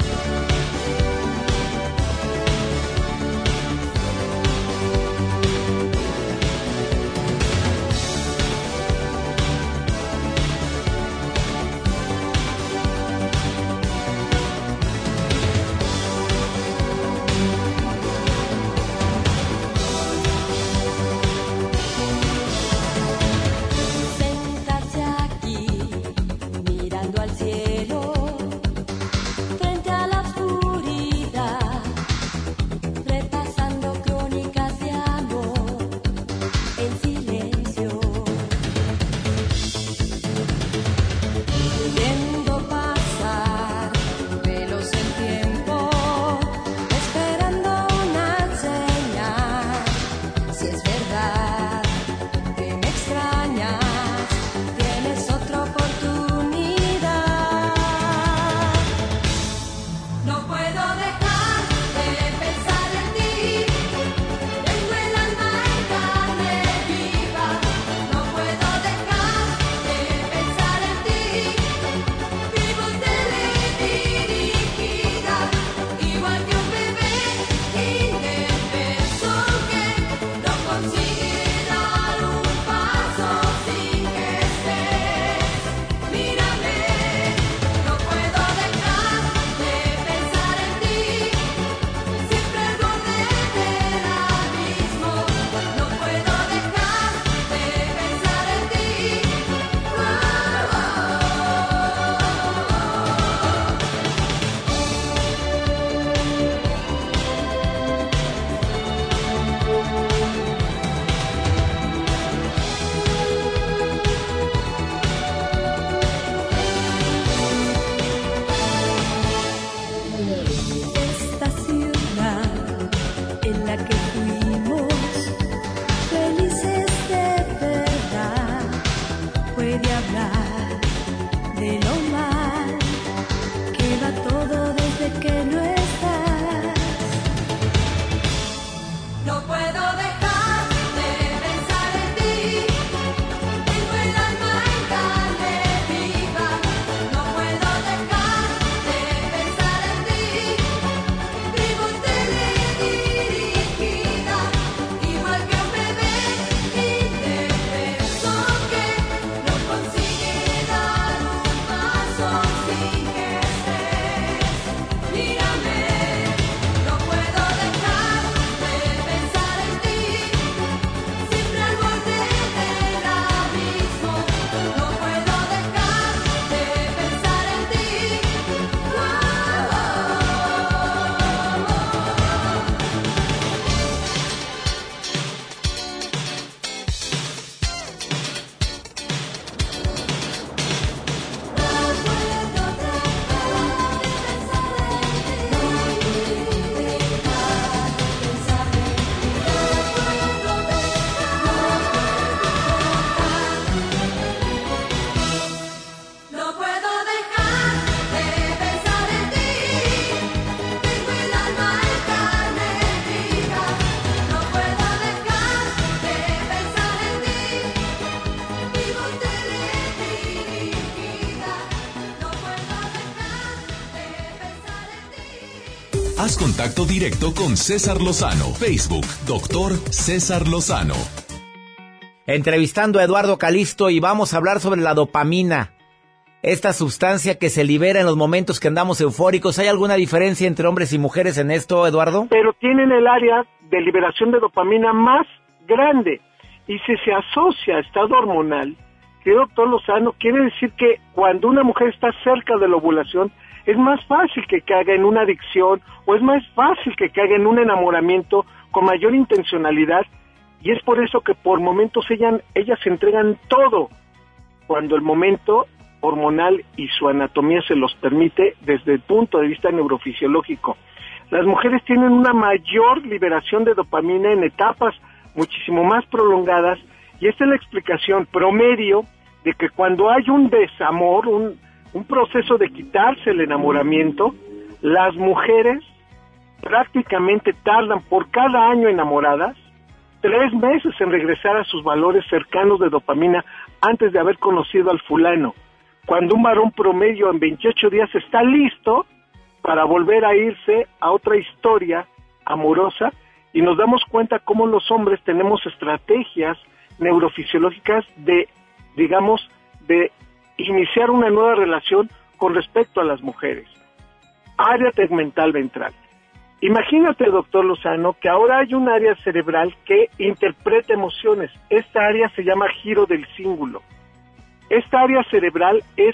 Haz contacto directo con César Lozano. Facebook, Dr. César Lozano. Entrevistando a Eduardo Calixto y vamos a hablar sobre la dopamina. Esta sustancia que se libera en los momentos que andamos eufóricos. ¿Hay alguna diferencia entre hombres y mujeres en esto, Eduardo? Pero tienen el área de liberación de dopamina más grande. Y si se asocia a estado hormonal, que doctor Lozano, quiere decir que cuando una mujer está cerca de la ovulación, es más fácil que caiga en una adicción o es más fácil que caiga en un enamoramiento con mayor intencionalidad, y es por eso que por momentos ellas se entregan todo cuando el momento hormonal y su anatomía se los permite desde el punto de vista neurofisiológico. Las mujeres tienen una mayor liberación de dopamina en etapas muchísimo más prolongadas, y esta es la explicación promedio de que cuando hay un desamor, un proceso de quitarse el enamoramiento, las mujeres prácticamente tardan por cada año enamoradas 3 meses en regresar a sus valores cercanos de dopamina antes de haber conocido al fulano. Cuando un varón promedio en 28 días está listo para volver a irse a otra historia amorosa, y nos damos cuenta cómo los hombres tenemos estrategias neurofisiológicas de iniciar una nueva relación con respecto a las mujeres. Área tegmental ventral. Imagínate, doctor Lozano, que ahora hay un área cerebral que interpreta emociones. Esta área se llama giro del cíngulo. Esta área cerebral es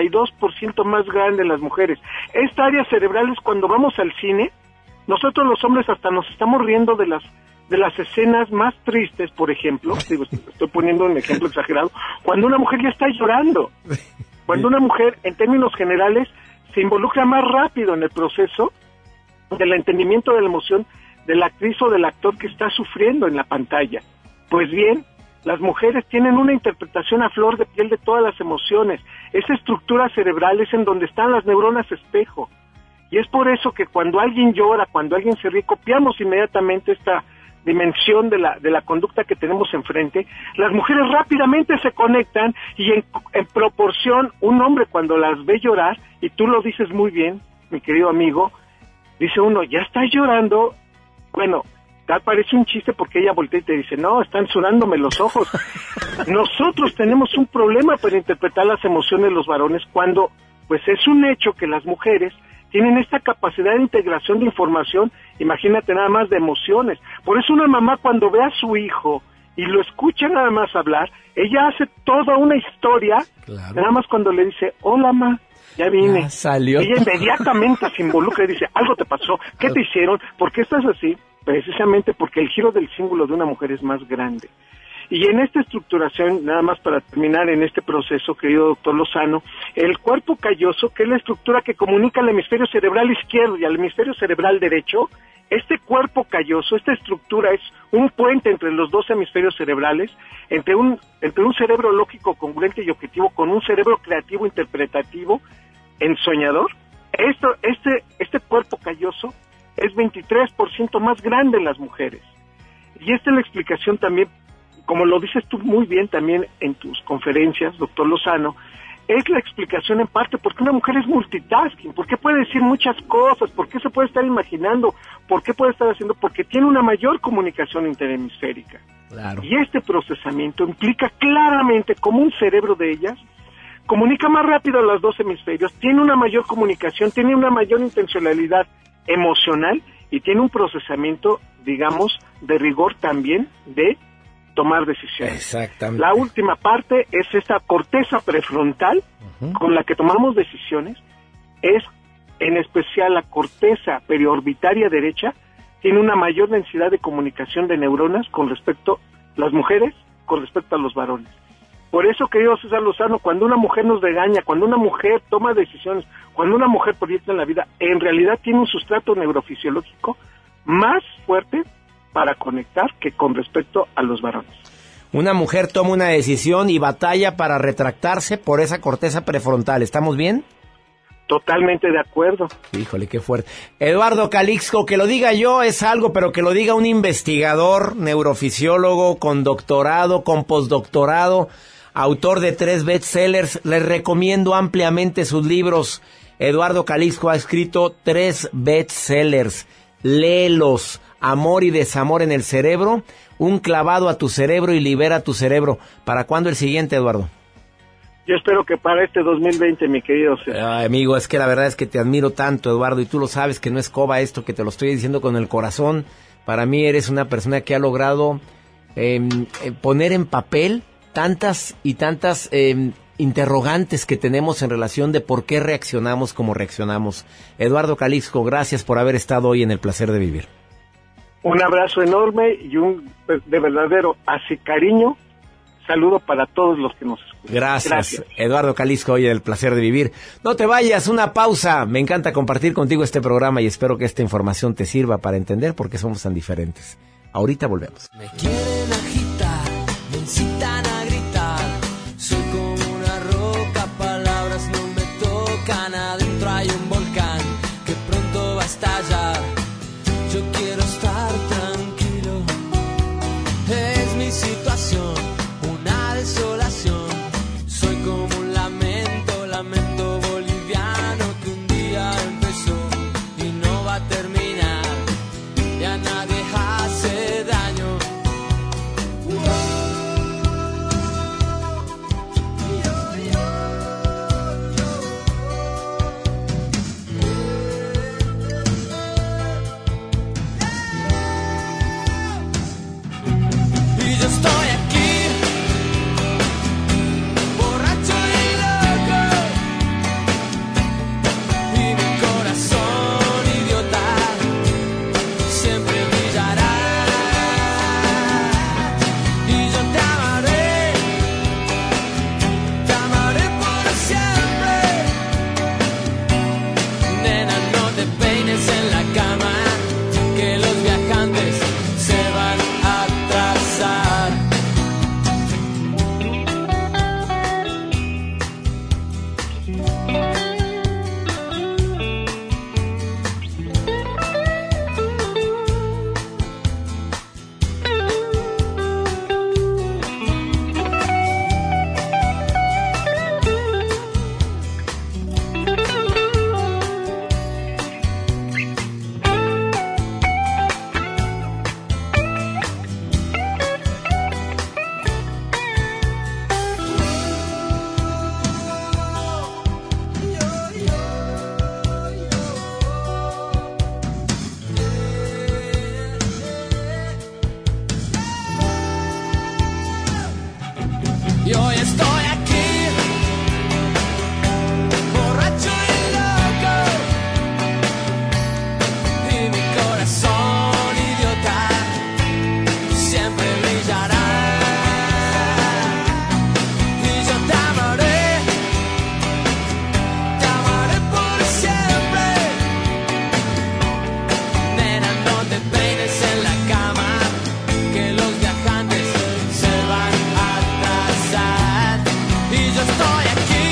32% más grande en las mujeres. Esta área cerebral es cuando vamos al cine, nosotros los hombres hasta nos estamos riendo de las escenas más tristes, por ejemplo, estoy poniendo un ejemplo exagerado, cuando una mujer ya está llorando. Cuando una mujer, en términos generales, se involucra más rápido en el proceso del entendimiento de la emoción de la actriz o del actor que está sufriendo en la pantalla. Pues bien, las mujeres tienen una interpretación a flor de piel de todas las emociones. Esa estructura cerebral es en donde están las neuronas espejo. Y es por eso que cuando alguien llora, cuando alguien se ríe, copiamos inmediatamente esta dimensión de la conducta que tenemos enfrente. Las mujeres rápidamente se conectan y en proporción, un hombre cuando las ve llorar, y tú lo dices muy bien, mi querido amigo, dice uno, ya está llorando. Bueno, tal parece un chiste porque ella voltea y te dice, no, están sudándome los ojos. Nosotros tenemos un problema para interpretar las emociones de los varones cuando, pues es un hecho que las mujeres tienen esta capacidad de integración de información, imagínate nada más de emociones. Por eso una mamá cuando ve a su hijo y lo escucha nada más hablar, ella hace toda una historia, claro. Nada más cuando le dice, hola ma, ya vine. Ya salió. Ella inmediatamente se involucra y dice, algo te pasó, ¿qué te hicieron? ¿Por qué estás así? Precisamente porque el giro del cíngulo de una mujer es más grande. Y en esta estructuración, nada más para terminar en este proceso, querido doctor Lozano, el cuerpo calloso, que es la estructura que comunica al hemisferio cerebral izquierdo y al hemisferio cerebral derecho, este cuerpo calloso, esta estructura es un puente entre los dos hemisferios cerebrales, entre un cerebro lógico, congruente y objetivo, con un cerebro creativo, interpretativo, ensoñador. Este cuerpo calloso es 23% más grande en las mujeres. Y esta es la explicación también, como lo dices tú muy bien también en tus conferencias, doctor Lozano, es la explicación en parte por qué una mujer es multitasking, por qué puede decir muchas cosas, por qué se puede estar imaginando, por qué puede estar haciendo, porque tiene una mayor comunicación interhemisférica. Claro. Y este procesamiento implica claramente cómo un cerebro de ellas comunica más rápido a los dos hemisferios, tiene una mayor comunicación, tiene una mayor intencionalidad emocional y tiene un procesamiento, digamos, de rigor también de tomar decisiones. Exactamente. La última parte es esta corteza prefrontal con la que tomamos decisiones, es en especial la corteza periorbitaria derecha, tiene una mayor densidad de comunicación de neuronas con respecto a las mujeres, con respecto a los varones. Por eso, querido César Lozano, cuando una mujer nos regaña, cuando una mujer toma decisiones, cuando una mujer proyecta en la vida, en realidad tiene un sustrato neurofisiológico más fuerte para conectar que con respecto a los varones. Una mujer toma una decisión y batalla para retractarse por esa corteza prefrontal. ¿Estamos bien? Totalmente de acuerdo. Híjole, qué fuerte. Eduardo Calixto, que lo diga yo es algo, pero que lo diga un investigador, neurofisiólogo, con doctorado, con postdoctorado, autor de 3 bestsellers. Les recomiendo ampliamente sus libros. Eduardo Calixco ha escrito 3 bestsellers. Léelos. Amor y desamor en el cerebro. Un clavado a tu cerebro y libera tu cerebro. ¿Para cuándo el siguiente, Eduardo? Yo espero que para este 2020, mi querido César. Ay, amigo, es que la verdad es que te admiro tanto, Eduardo, y tú lo sabes que no es coba esto, que te lo estoy diciendo con el corazón. Para mí eres una persona que ha logrado poner en papel tantas y tantas interrogantes que tenemos en relación de por qué reaccionamos como reaccionamos. Eduardo Calixco, gracias por haber estado hoy en El Placer de Vivir. Un abrazo enorme y un de verdadero así cariño. Saludo para todos los que nos escuchan. Gracias. Eduardo Calixco, hoy en El Placer de Vivir. No te vayas, una pausa. Me encanta compartir contigo este programa y espero que esta información te sirva para entender por qué somos tan diferentes. Ahorita volvemos. Me quieren agitar, me incitan a gritar. Soy como una roca, palabras no me tocan. Adentro hay un volcán que pronto va a estallar. Yo quiero estar tranquilo. Es mi situación, una desolación. Soy como un lamento boliviano que un día empezó y no va a terminar. Ya nadie hace daño. Y yo estoy aquí, borracho y loco, y mi corazón idiota siempre brillará. Y yo te amaré por siempre. Nena, no te peines en la cama, que los viajantes se van a atrasar. Y hoy estoy aquí, borracho y loco, y mi corazón idiota siempre brillará. Y yo te amaré por siempre. Nena, no te peines en la cama, que los viajantes se van a atrasar. Y yo estoy aquí,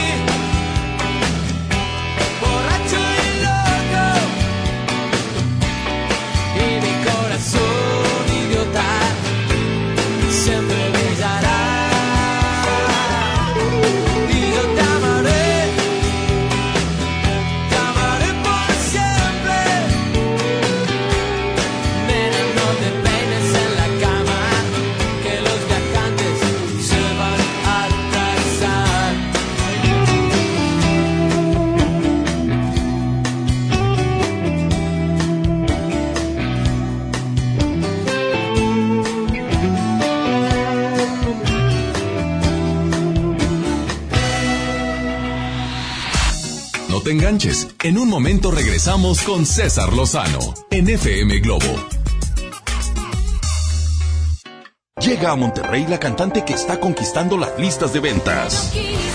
borracho y loco, y mi corazón idiota siempre brillará. Y yo te amaré por siempre. Nena, no te peines en la cama, que los viajantes se van a atrasar. No te enganches. En un momento regresamos con César Lozano en FM Globo. Llega a Monterrey la cantante que está conquistando las listas de ventas.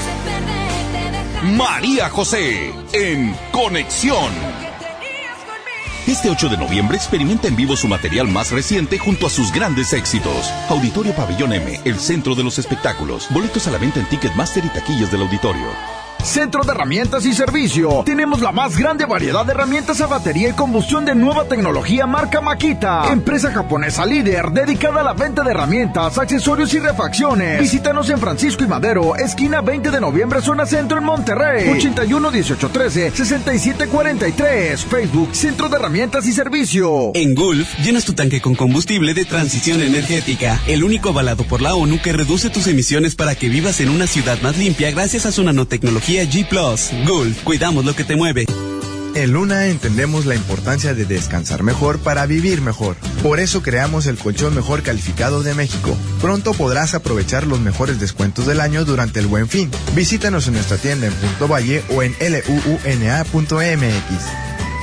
María José, en Conexión. Este 8 de noviembre experimenta en vivo su material más reciente junto a sus grandes éxitos. Auditorio Pabellón M, el centro de los espectáculos. Boletos a la venta en Ticketmaster y taquillas del auditorio. Centro de Herramientas y Servicio. Tenemos la más grande variedad de herramientas a batería y combustión de nueva tecnología marca Makita. Empresa japonesa líder dedicada a la venta de herramientas, accesorios y refacciones. Visítanos en Francisco y Madero, esquina 20 de noviembre, zona centro en Monterrey. 81 18 13 67 43. Facebook Centro de Herramientas y Servicio. En Gulf, llenas tu tanque con combustible de transición energética. El único avalado por la ONU que reduce tus emisiones para que vivas en una ciudad más limpia gracias a su nanotecnología G+. Gulf, cuidamos lo que te mueve. En Luna entendemos la importancia de descansar mejor para vivir mejor. Por eso creamos el colchón mejor calificado de México. Pronto podrás aprovechar los mejores descuentos del año durante el Buen Fin. Visítanos en nuestra tienda en Punto Valle o en LUUNA.mx.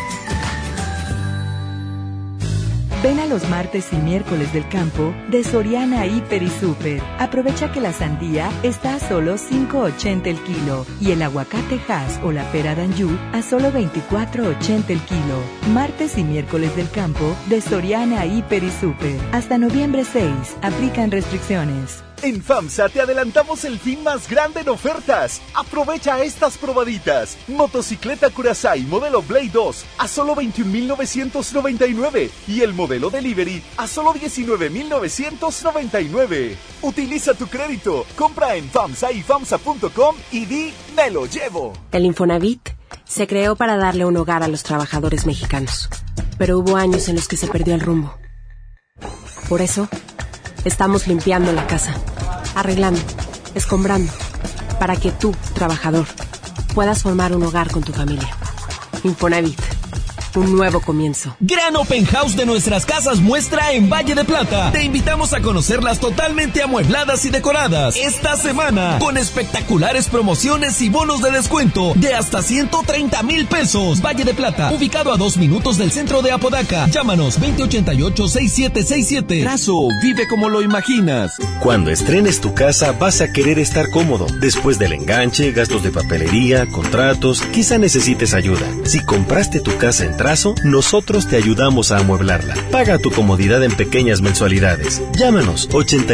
Ven a los martes y miércoles del campo de Soriana Hiper y Super. Aprovecha que la sandía está a solo $5.80 el kilo y el aguacate Hass o la pera Danjú a solo $24.80 el kilo. Martes y miércoles del campo de Soriana Hiper y Super. Hasta noviembre 6. Aplican restricciones. En FAMSA te adelantamos el fin más grande en ofertas. Aprovecha estas probaditas. Motocicleta Curaçao modelo Blade 2 a solo $21,999 y el modelo Delivery a solo $19,999. Utiliza tu crédito, compra en FAMSA y FAMSA.com y di "me lo llevo". El Infonavit se creó para darle un hogar a los trabajadores mexicanos, pero hubo años en los que se perdió el rumbo. Por eso estamos limpiando la casa, arreglando, escombrando, para que tú, trabajador, puedas formar un hogar con tu familia. Infonavit, un nuevo comienzo. Gran Open House de nuestras casas muestra en Valle de Plata. Te invitamos a conocerlas totalmente amuebladas y decoradas esta semana, con espectaculares promociones y bonos de descuento de hasta 130,000 pesos. Valle de Plata, ubicado a 2 minutos del centro de Apodaca. Llámanos 2088-6767. Trazo, vive como lo imaginas. Cuando estrenes tu casa vas a querer estar cómodo. Después del enganche, gastos de papelería, contratos, quizá necesites ayuda. Si compraste tu casa en Trazo, nosotros te ayudamos a amueblarla. Paga tu comodidad en pequeñas mensualidades. Llámanos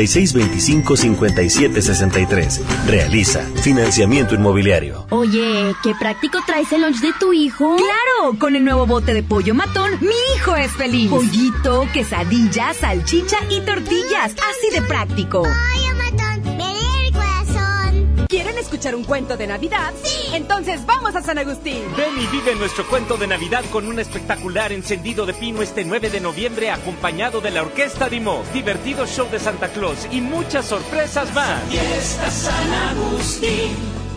8625-5763. Realiza financiamiento inmobiliario. Oye, qué práctico traes el lunch de tu hijo. ¡Claro! Con el nuevo bote de pollo matón, mi hijo es feliz. Pollito, quesadilla, salchicha y tortillas. Así de práctico. Pollo matón, me lee el corazón. ¿Quieren escuchar un cuento de Navidad? ¡Sí! Entonces vamos a San Agustín. Ven y vive nuestro cuento de Navidad con un espectacular encendido de pino este 9 de noviembre acompañado de la Orquesta Dimov, divertido show de Santa Claus y muchas sorpresas más. Fiesta San Agustín,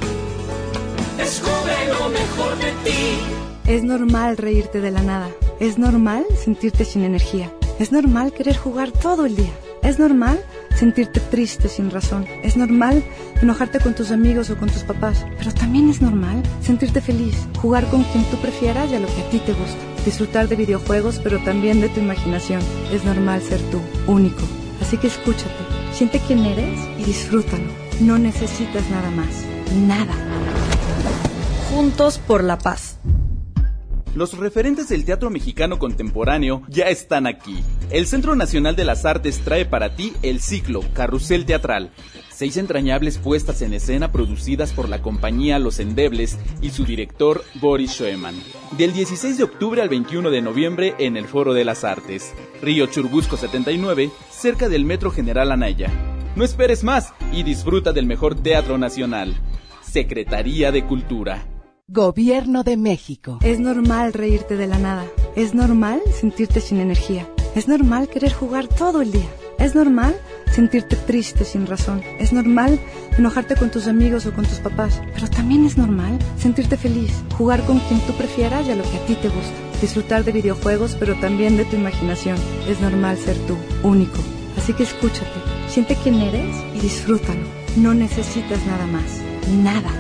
descubre lo mejor de ti. Es normal reírte de la nada. Es normal sentirte sin energía. Es normal querer jugar todo el día. Es normal sentirte triste sin razón. Es normal enojarte con tus amigos o con tus papás. Pero también es normal sentirte feliz, jugar con quien tú prefieras y a lo que a ti te gusta. Disfrutar de videojuegos, pero también de tu imaginación. Es normal ser tú, único. Así que escúchate, siente quién eres y disfrútalo. No necesitas nada más. Nada. Juntos por la paz. Los referentes del teatro mexicano contemporáneo ya están aquí. El Centro Nacional de las Artes trae para ti el ciclo Carrusel Teatral. 6 entrañables puestas en escena producidas por la compañía Los Endebles y su director Boris Schoeman. Del 16 de octubre al 21 de noviembre en el Foro de las Artes. Río Churubusco 79, cerca del Metro General Anaya. No esperes más y disfruta del mejor teatro nacional. Secretaría de Cultura. Gobierno de México. Es normal reírte de la nada. Es normal sentirte sin energía. Es normal querer jugar todo el día. Es normal sentirte triste sin razón. Es normal enojarte con tus amigos o con tus papás. Pero también es normal sentirte feliz, jugar con quien tú prefieras y a lo que a ti te gusta. Disfrutar de videojuegos, pero también de tu imaginación. Es normal ser tú, único. Así que escúchate, siente quién eres y disfrútalo. No necesitas nada más. Nada.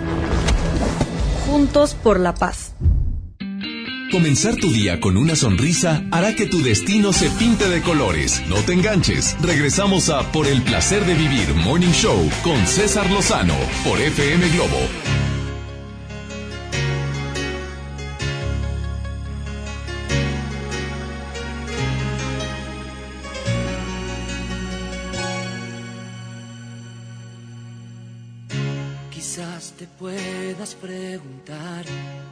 Juntos por la paz. Comenzar tu día con una sonrisa hará que tu destino se pinte de colores. No te enganches. Regresamos a Por el placer de vivir Morning Show con César Lozano por FM Globo. Quizás te puedas preguntar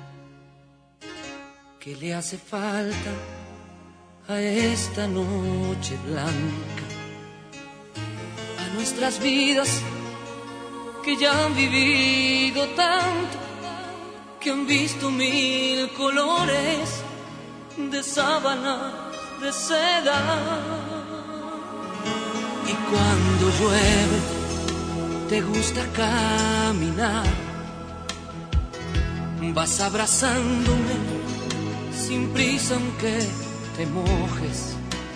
qué le hace falta a esta noche blanca, a nuestras vidas que ya han vivido tanto, que han visto 1000 colores de sábanas de seda. Y cuando llueve te gusta caminar, vas abrazándome sin prisa aunque te mojes.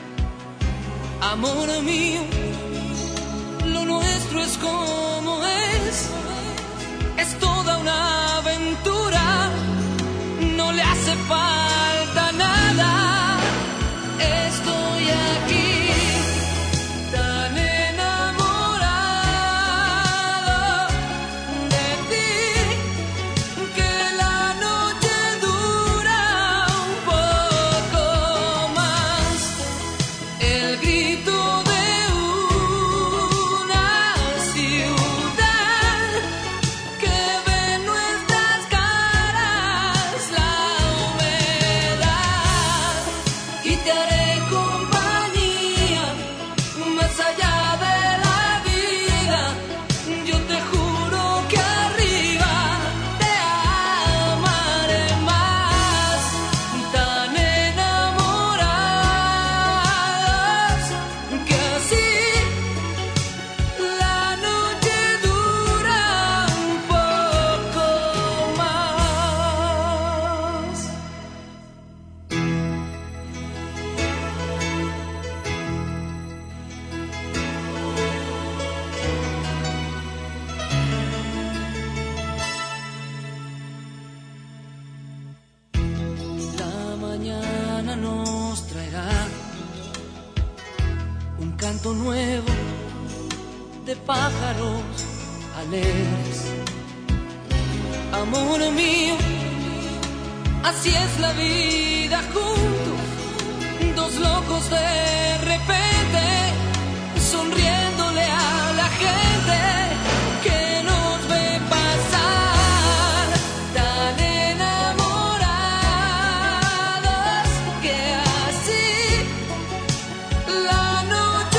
Amor mío, lo nuestro es como es toda una aventura, no le hace falta nada, estoy aquí. Nuevo de pájaros alegres. Amor mío, así es la vida juntos, dos locos de repente, sonriéndole a la gente que nos ve pasar, tan enamorados que así la noche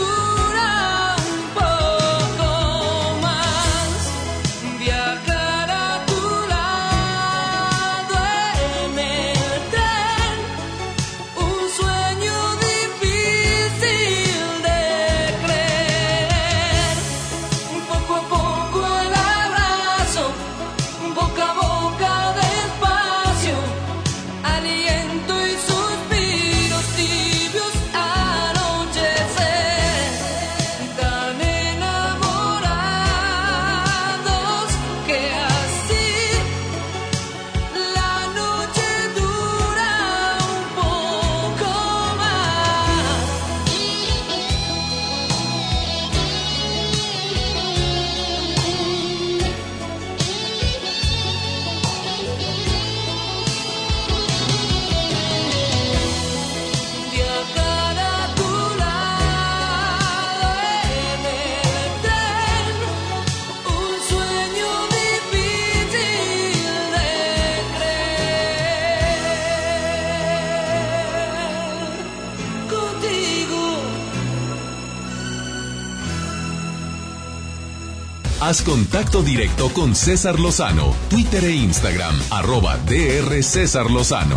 Haz contacto directo con César Lozano, Twitter e Instagram, @Dr. César Lozano.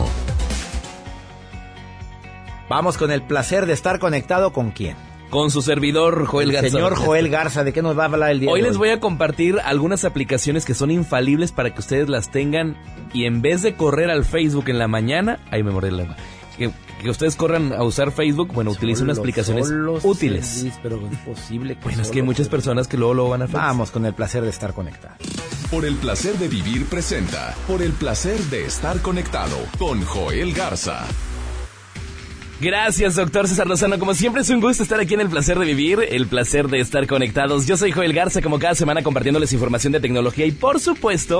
Vamos con el placer de estar conectado ¿con quién? Con su servidor, Joel Garza. Señor Joel Garza, ¿de qué nos va a hablar el día de hoy? Hoy les voy a compartir algunas aplicaciones que son infalibles para que ustedes las tengan y en vez de correr al Facebook en la mañana, ahí me mordí la lengua, que ustedes corran a usar Facebook, bueno, utilicen unas aplicaciones útiles. Pero es posible que bueno, es que hay muchas personas que luego van a Facebook. Vamos con el placer de estar conectado. Por el placer de vivir presenta Por el placer de estar conectado con Joel Garza. Gracias, doctor César Lozano. Como siempre es un gusto estar aquí en El Placer de Vivir, el placer de estar conectados. Yo soy Joel Garza, como cada semana compartiéndoles información de tecnología y por supuesto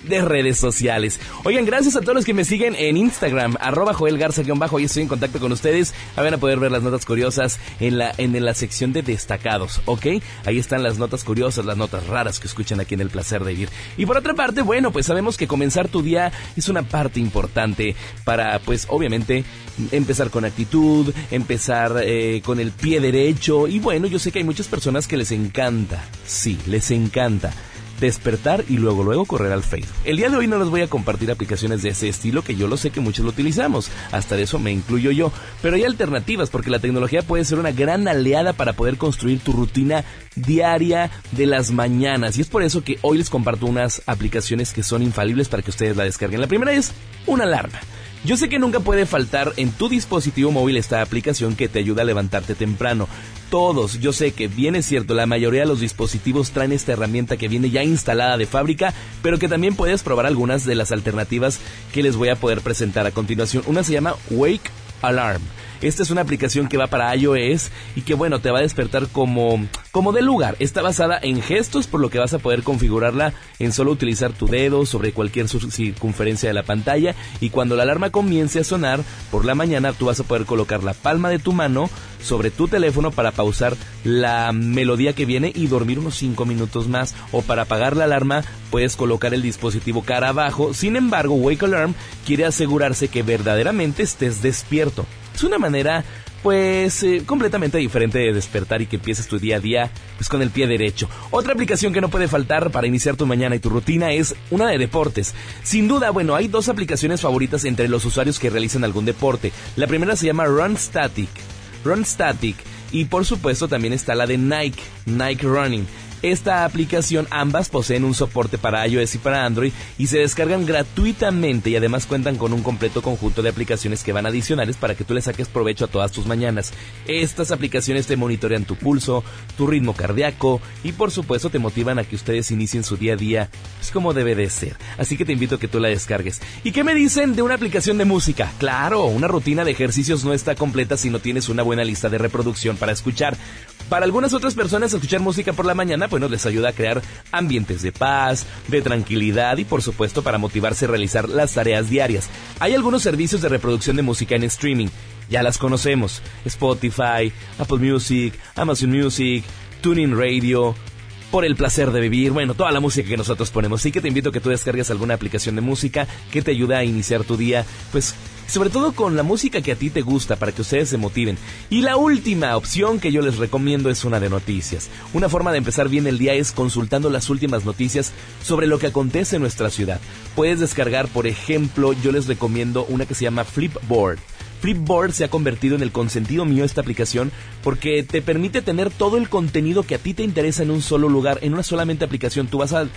de redes sociales. Oigan, gracias a todos los que me siguen en Instagram, @JoelGarza_, ahí estoy en contacto con ustedes. Ahí van a poder ver las notas curiosas en la sección de destacados, ¿ok? Ahí están las notas curiosas, las notas raras que escuchan aquí en El Placer de Vivir. Y por otra parte, bueno, pues sabemos que comenzar tu día es una parte importante para, pues, obviamente, empezar con actitud, empezar con el pie derecho. Y bueno, yo sé que hay muchas personas que les encanta, sí, les encanta despertar y luego correr al Facebook. El día de hoy no les voy a compartir aplicaciones de ese estilo, que yo lo sé que muchos lo utilizamos, hasta de eso me incluyo yo, pero hay alternativas, porque la tecnología puede ser una gran aliada para poder construir tu rutina diaria de las mañanas, y es por eso que hoy les comparto unas aplicaciones que son infalibles para que ustedes la descarguen. La primera es una alarma. Yo sé que nunca puede faltar en tu dispositivo móvil esta aplicación que te ayuda a levantarte temprano. Todos, yo sé que bien es cierto, la mayoría de los dispositivos traen esta herramienta que viene ya instalada de fábrica, pero que también puedes probar algunas de las alternativas que les voy a poder presentar a continuación. Una se llama Wake Alarm. Esta es una aplicación que va para iOS y que, bueno, te va a despertar como de lugar. Está basada en gestos, por lo que vas a poder configurarla en solo utilizar tu dedo sobre cualquier circunferencia de la pantalla, y cuando la alarma comience a sonar por la mañana, tú vas a poder colocar la palma de tu mano sobre tu teléfono para pausar la melodía que viene y dormir unos 5 minutos más, o para apagar la alarma puedes colocar el dispositivo cara abajo. Sin embargo, Wake Alarm quiere asegurarse que verdaderamente estés despierto. Es una manera, pues, completamente diferente de despertar y que empieces tu día a día, pues, con el pie derecho. Otra aplicación que no puede faltar para iniciar tu mañana y tu rutina es una de deportes. Sin duda, bueno, hay dos aplicaciones favoritas entre los usuarios que realizan algún deporte. La primera se llama Run Static, y por supuesto también está la de Nike Running. Esta aplicación, ambas poseen un soporte para iOS y para Android y se descargan gratuitamente, y además cuentan con un completo conjunto de aplicaciones que van adicionales para que tú le saques provecho a todas tus mañanas. Estas aplicaciones te monitorean tu pulso, tu ritmo cardíaco y por supuesto te motivan a que ustedes inicien su día a día pues como debe de ser. Así que te invito a que tú la descargues. ¿Y qué me dicen de una aplicación de música? Claro, una rutina de ejercicios no está completa si no tienes una buena lista de reproducción para escuchar. Para algunas otras personas, escuchar música por la mañana pues les ayuda a crear ambientes de paz, de tranquilidad y por supuesto para motivarse a realizar las tareas diarias. Hay algunos servicios de reproducción de música en streaming, ya las conocemos: Spotify, Apple Music, Amazon Music, TuneIn Radio, Por el Placer de Vivir, bueno, toda la música que nosotros ponemos. Así que te invito a que tú descargues alguna aplicación de música que te ayude a iniciar tu día, pues sobre todo con la música que a ti te gusta, para que ustedes se motiven. Y la última opción que yo les recomiendo es una de noticias. Una forma de empezar bien el día es consultando las últimas noticias sobre lo que acontece en nuestra ciudad. Puedes descargar, por ejemplo, yo les recomiendo una que se llama Flipboard. Flipboard se ha convertido en el consentido mío, esta aplicación, porque te permite tener todo el contenido que a ti te interesa en un solo lugar, en una solamente aplicación. Tú vas a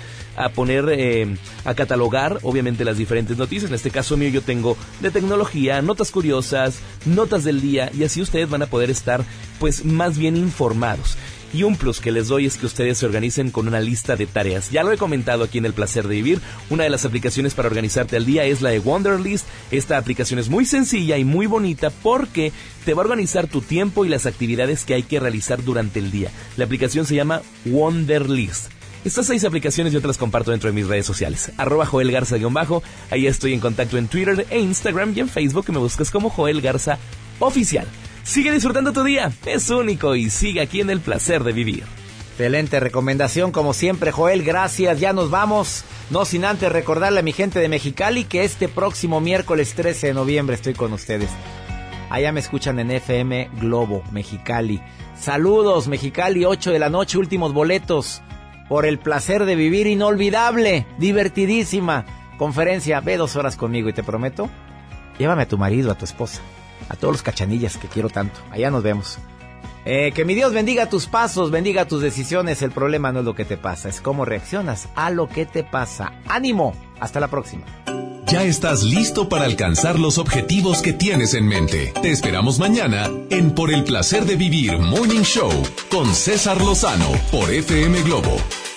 poner, a catalogar, obviamente, las diferentes noticias. En este caso mío yo tengo de tecnología, notas curiosas, notas del día, y así ustedes van a poder estar, pues, más bien informados. Y un plus que les doy es que ustedes se organicen con una lista de tareas. Ya lo he comentado aquí en El Placer de Vivir. Una de las aplicaciones para organizarte al día es la de Wonderlist. Esta aplicación es muy sencilla y muy bonita porque te va a organizar tu tiempo y las actividades que hay que realizar durante el día. La aplicación se llama Wonderlist. Estas 6 aplicaciones yo te las comparto dentro de mis redes sociales. @JoelGarza_. Ahí estoy en contacto en Twitter e Instagram, y en Facebook me buscas como Joel Garza Oficial. Sigue disfrutando tu día, es único, y sigue aquí en El Placer de Vivir. Excelente recomendación, como siempre, Joel, gracias. Ya nos vamos, no sin antes recordarle a mi gente de Mexicali que este próximo miércoles 13 de noviembre estoy con ustedes. Allá me escuchan en FM Globo, Mexicali. Saludos, Mexicali, 8 de la noche, últimos boletos. Por El Placer de Vivir, inolvidable, divertidísima conferencia. Ve 2 horas conmigo y te prometo, llévame a tu marido, a tu esposa, a todos los cachanillas que quiero tanto. Allá nos vemos. Que mi Dios bendiga tus pasos, bendiga tus decisiones. El problema no es lo que te pasa, es cómo reaccionas a lo que te pasa. ¡Ánimo! Hasta la próxima. Ya estás listo para alcanzar los objetivos que tienes en mente. Te esperamos mañana en Por el Placer de Vivir Morning Show con César Lozano por FM Globo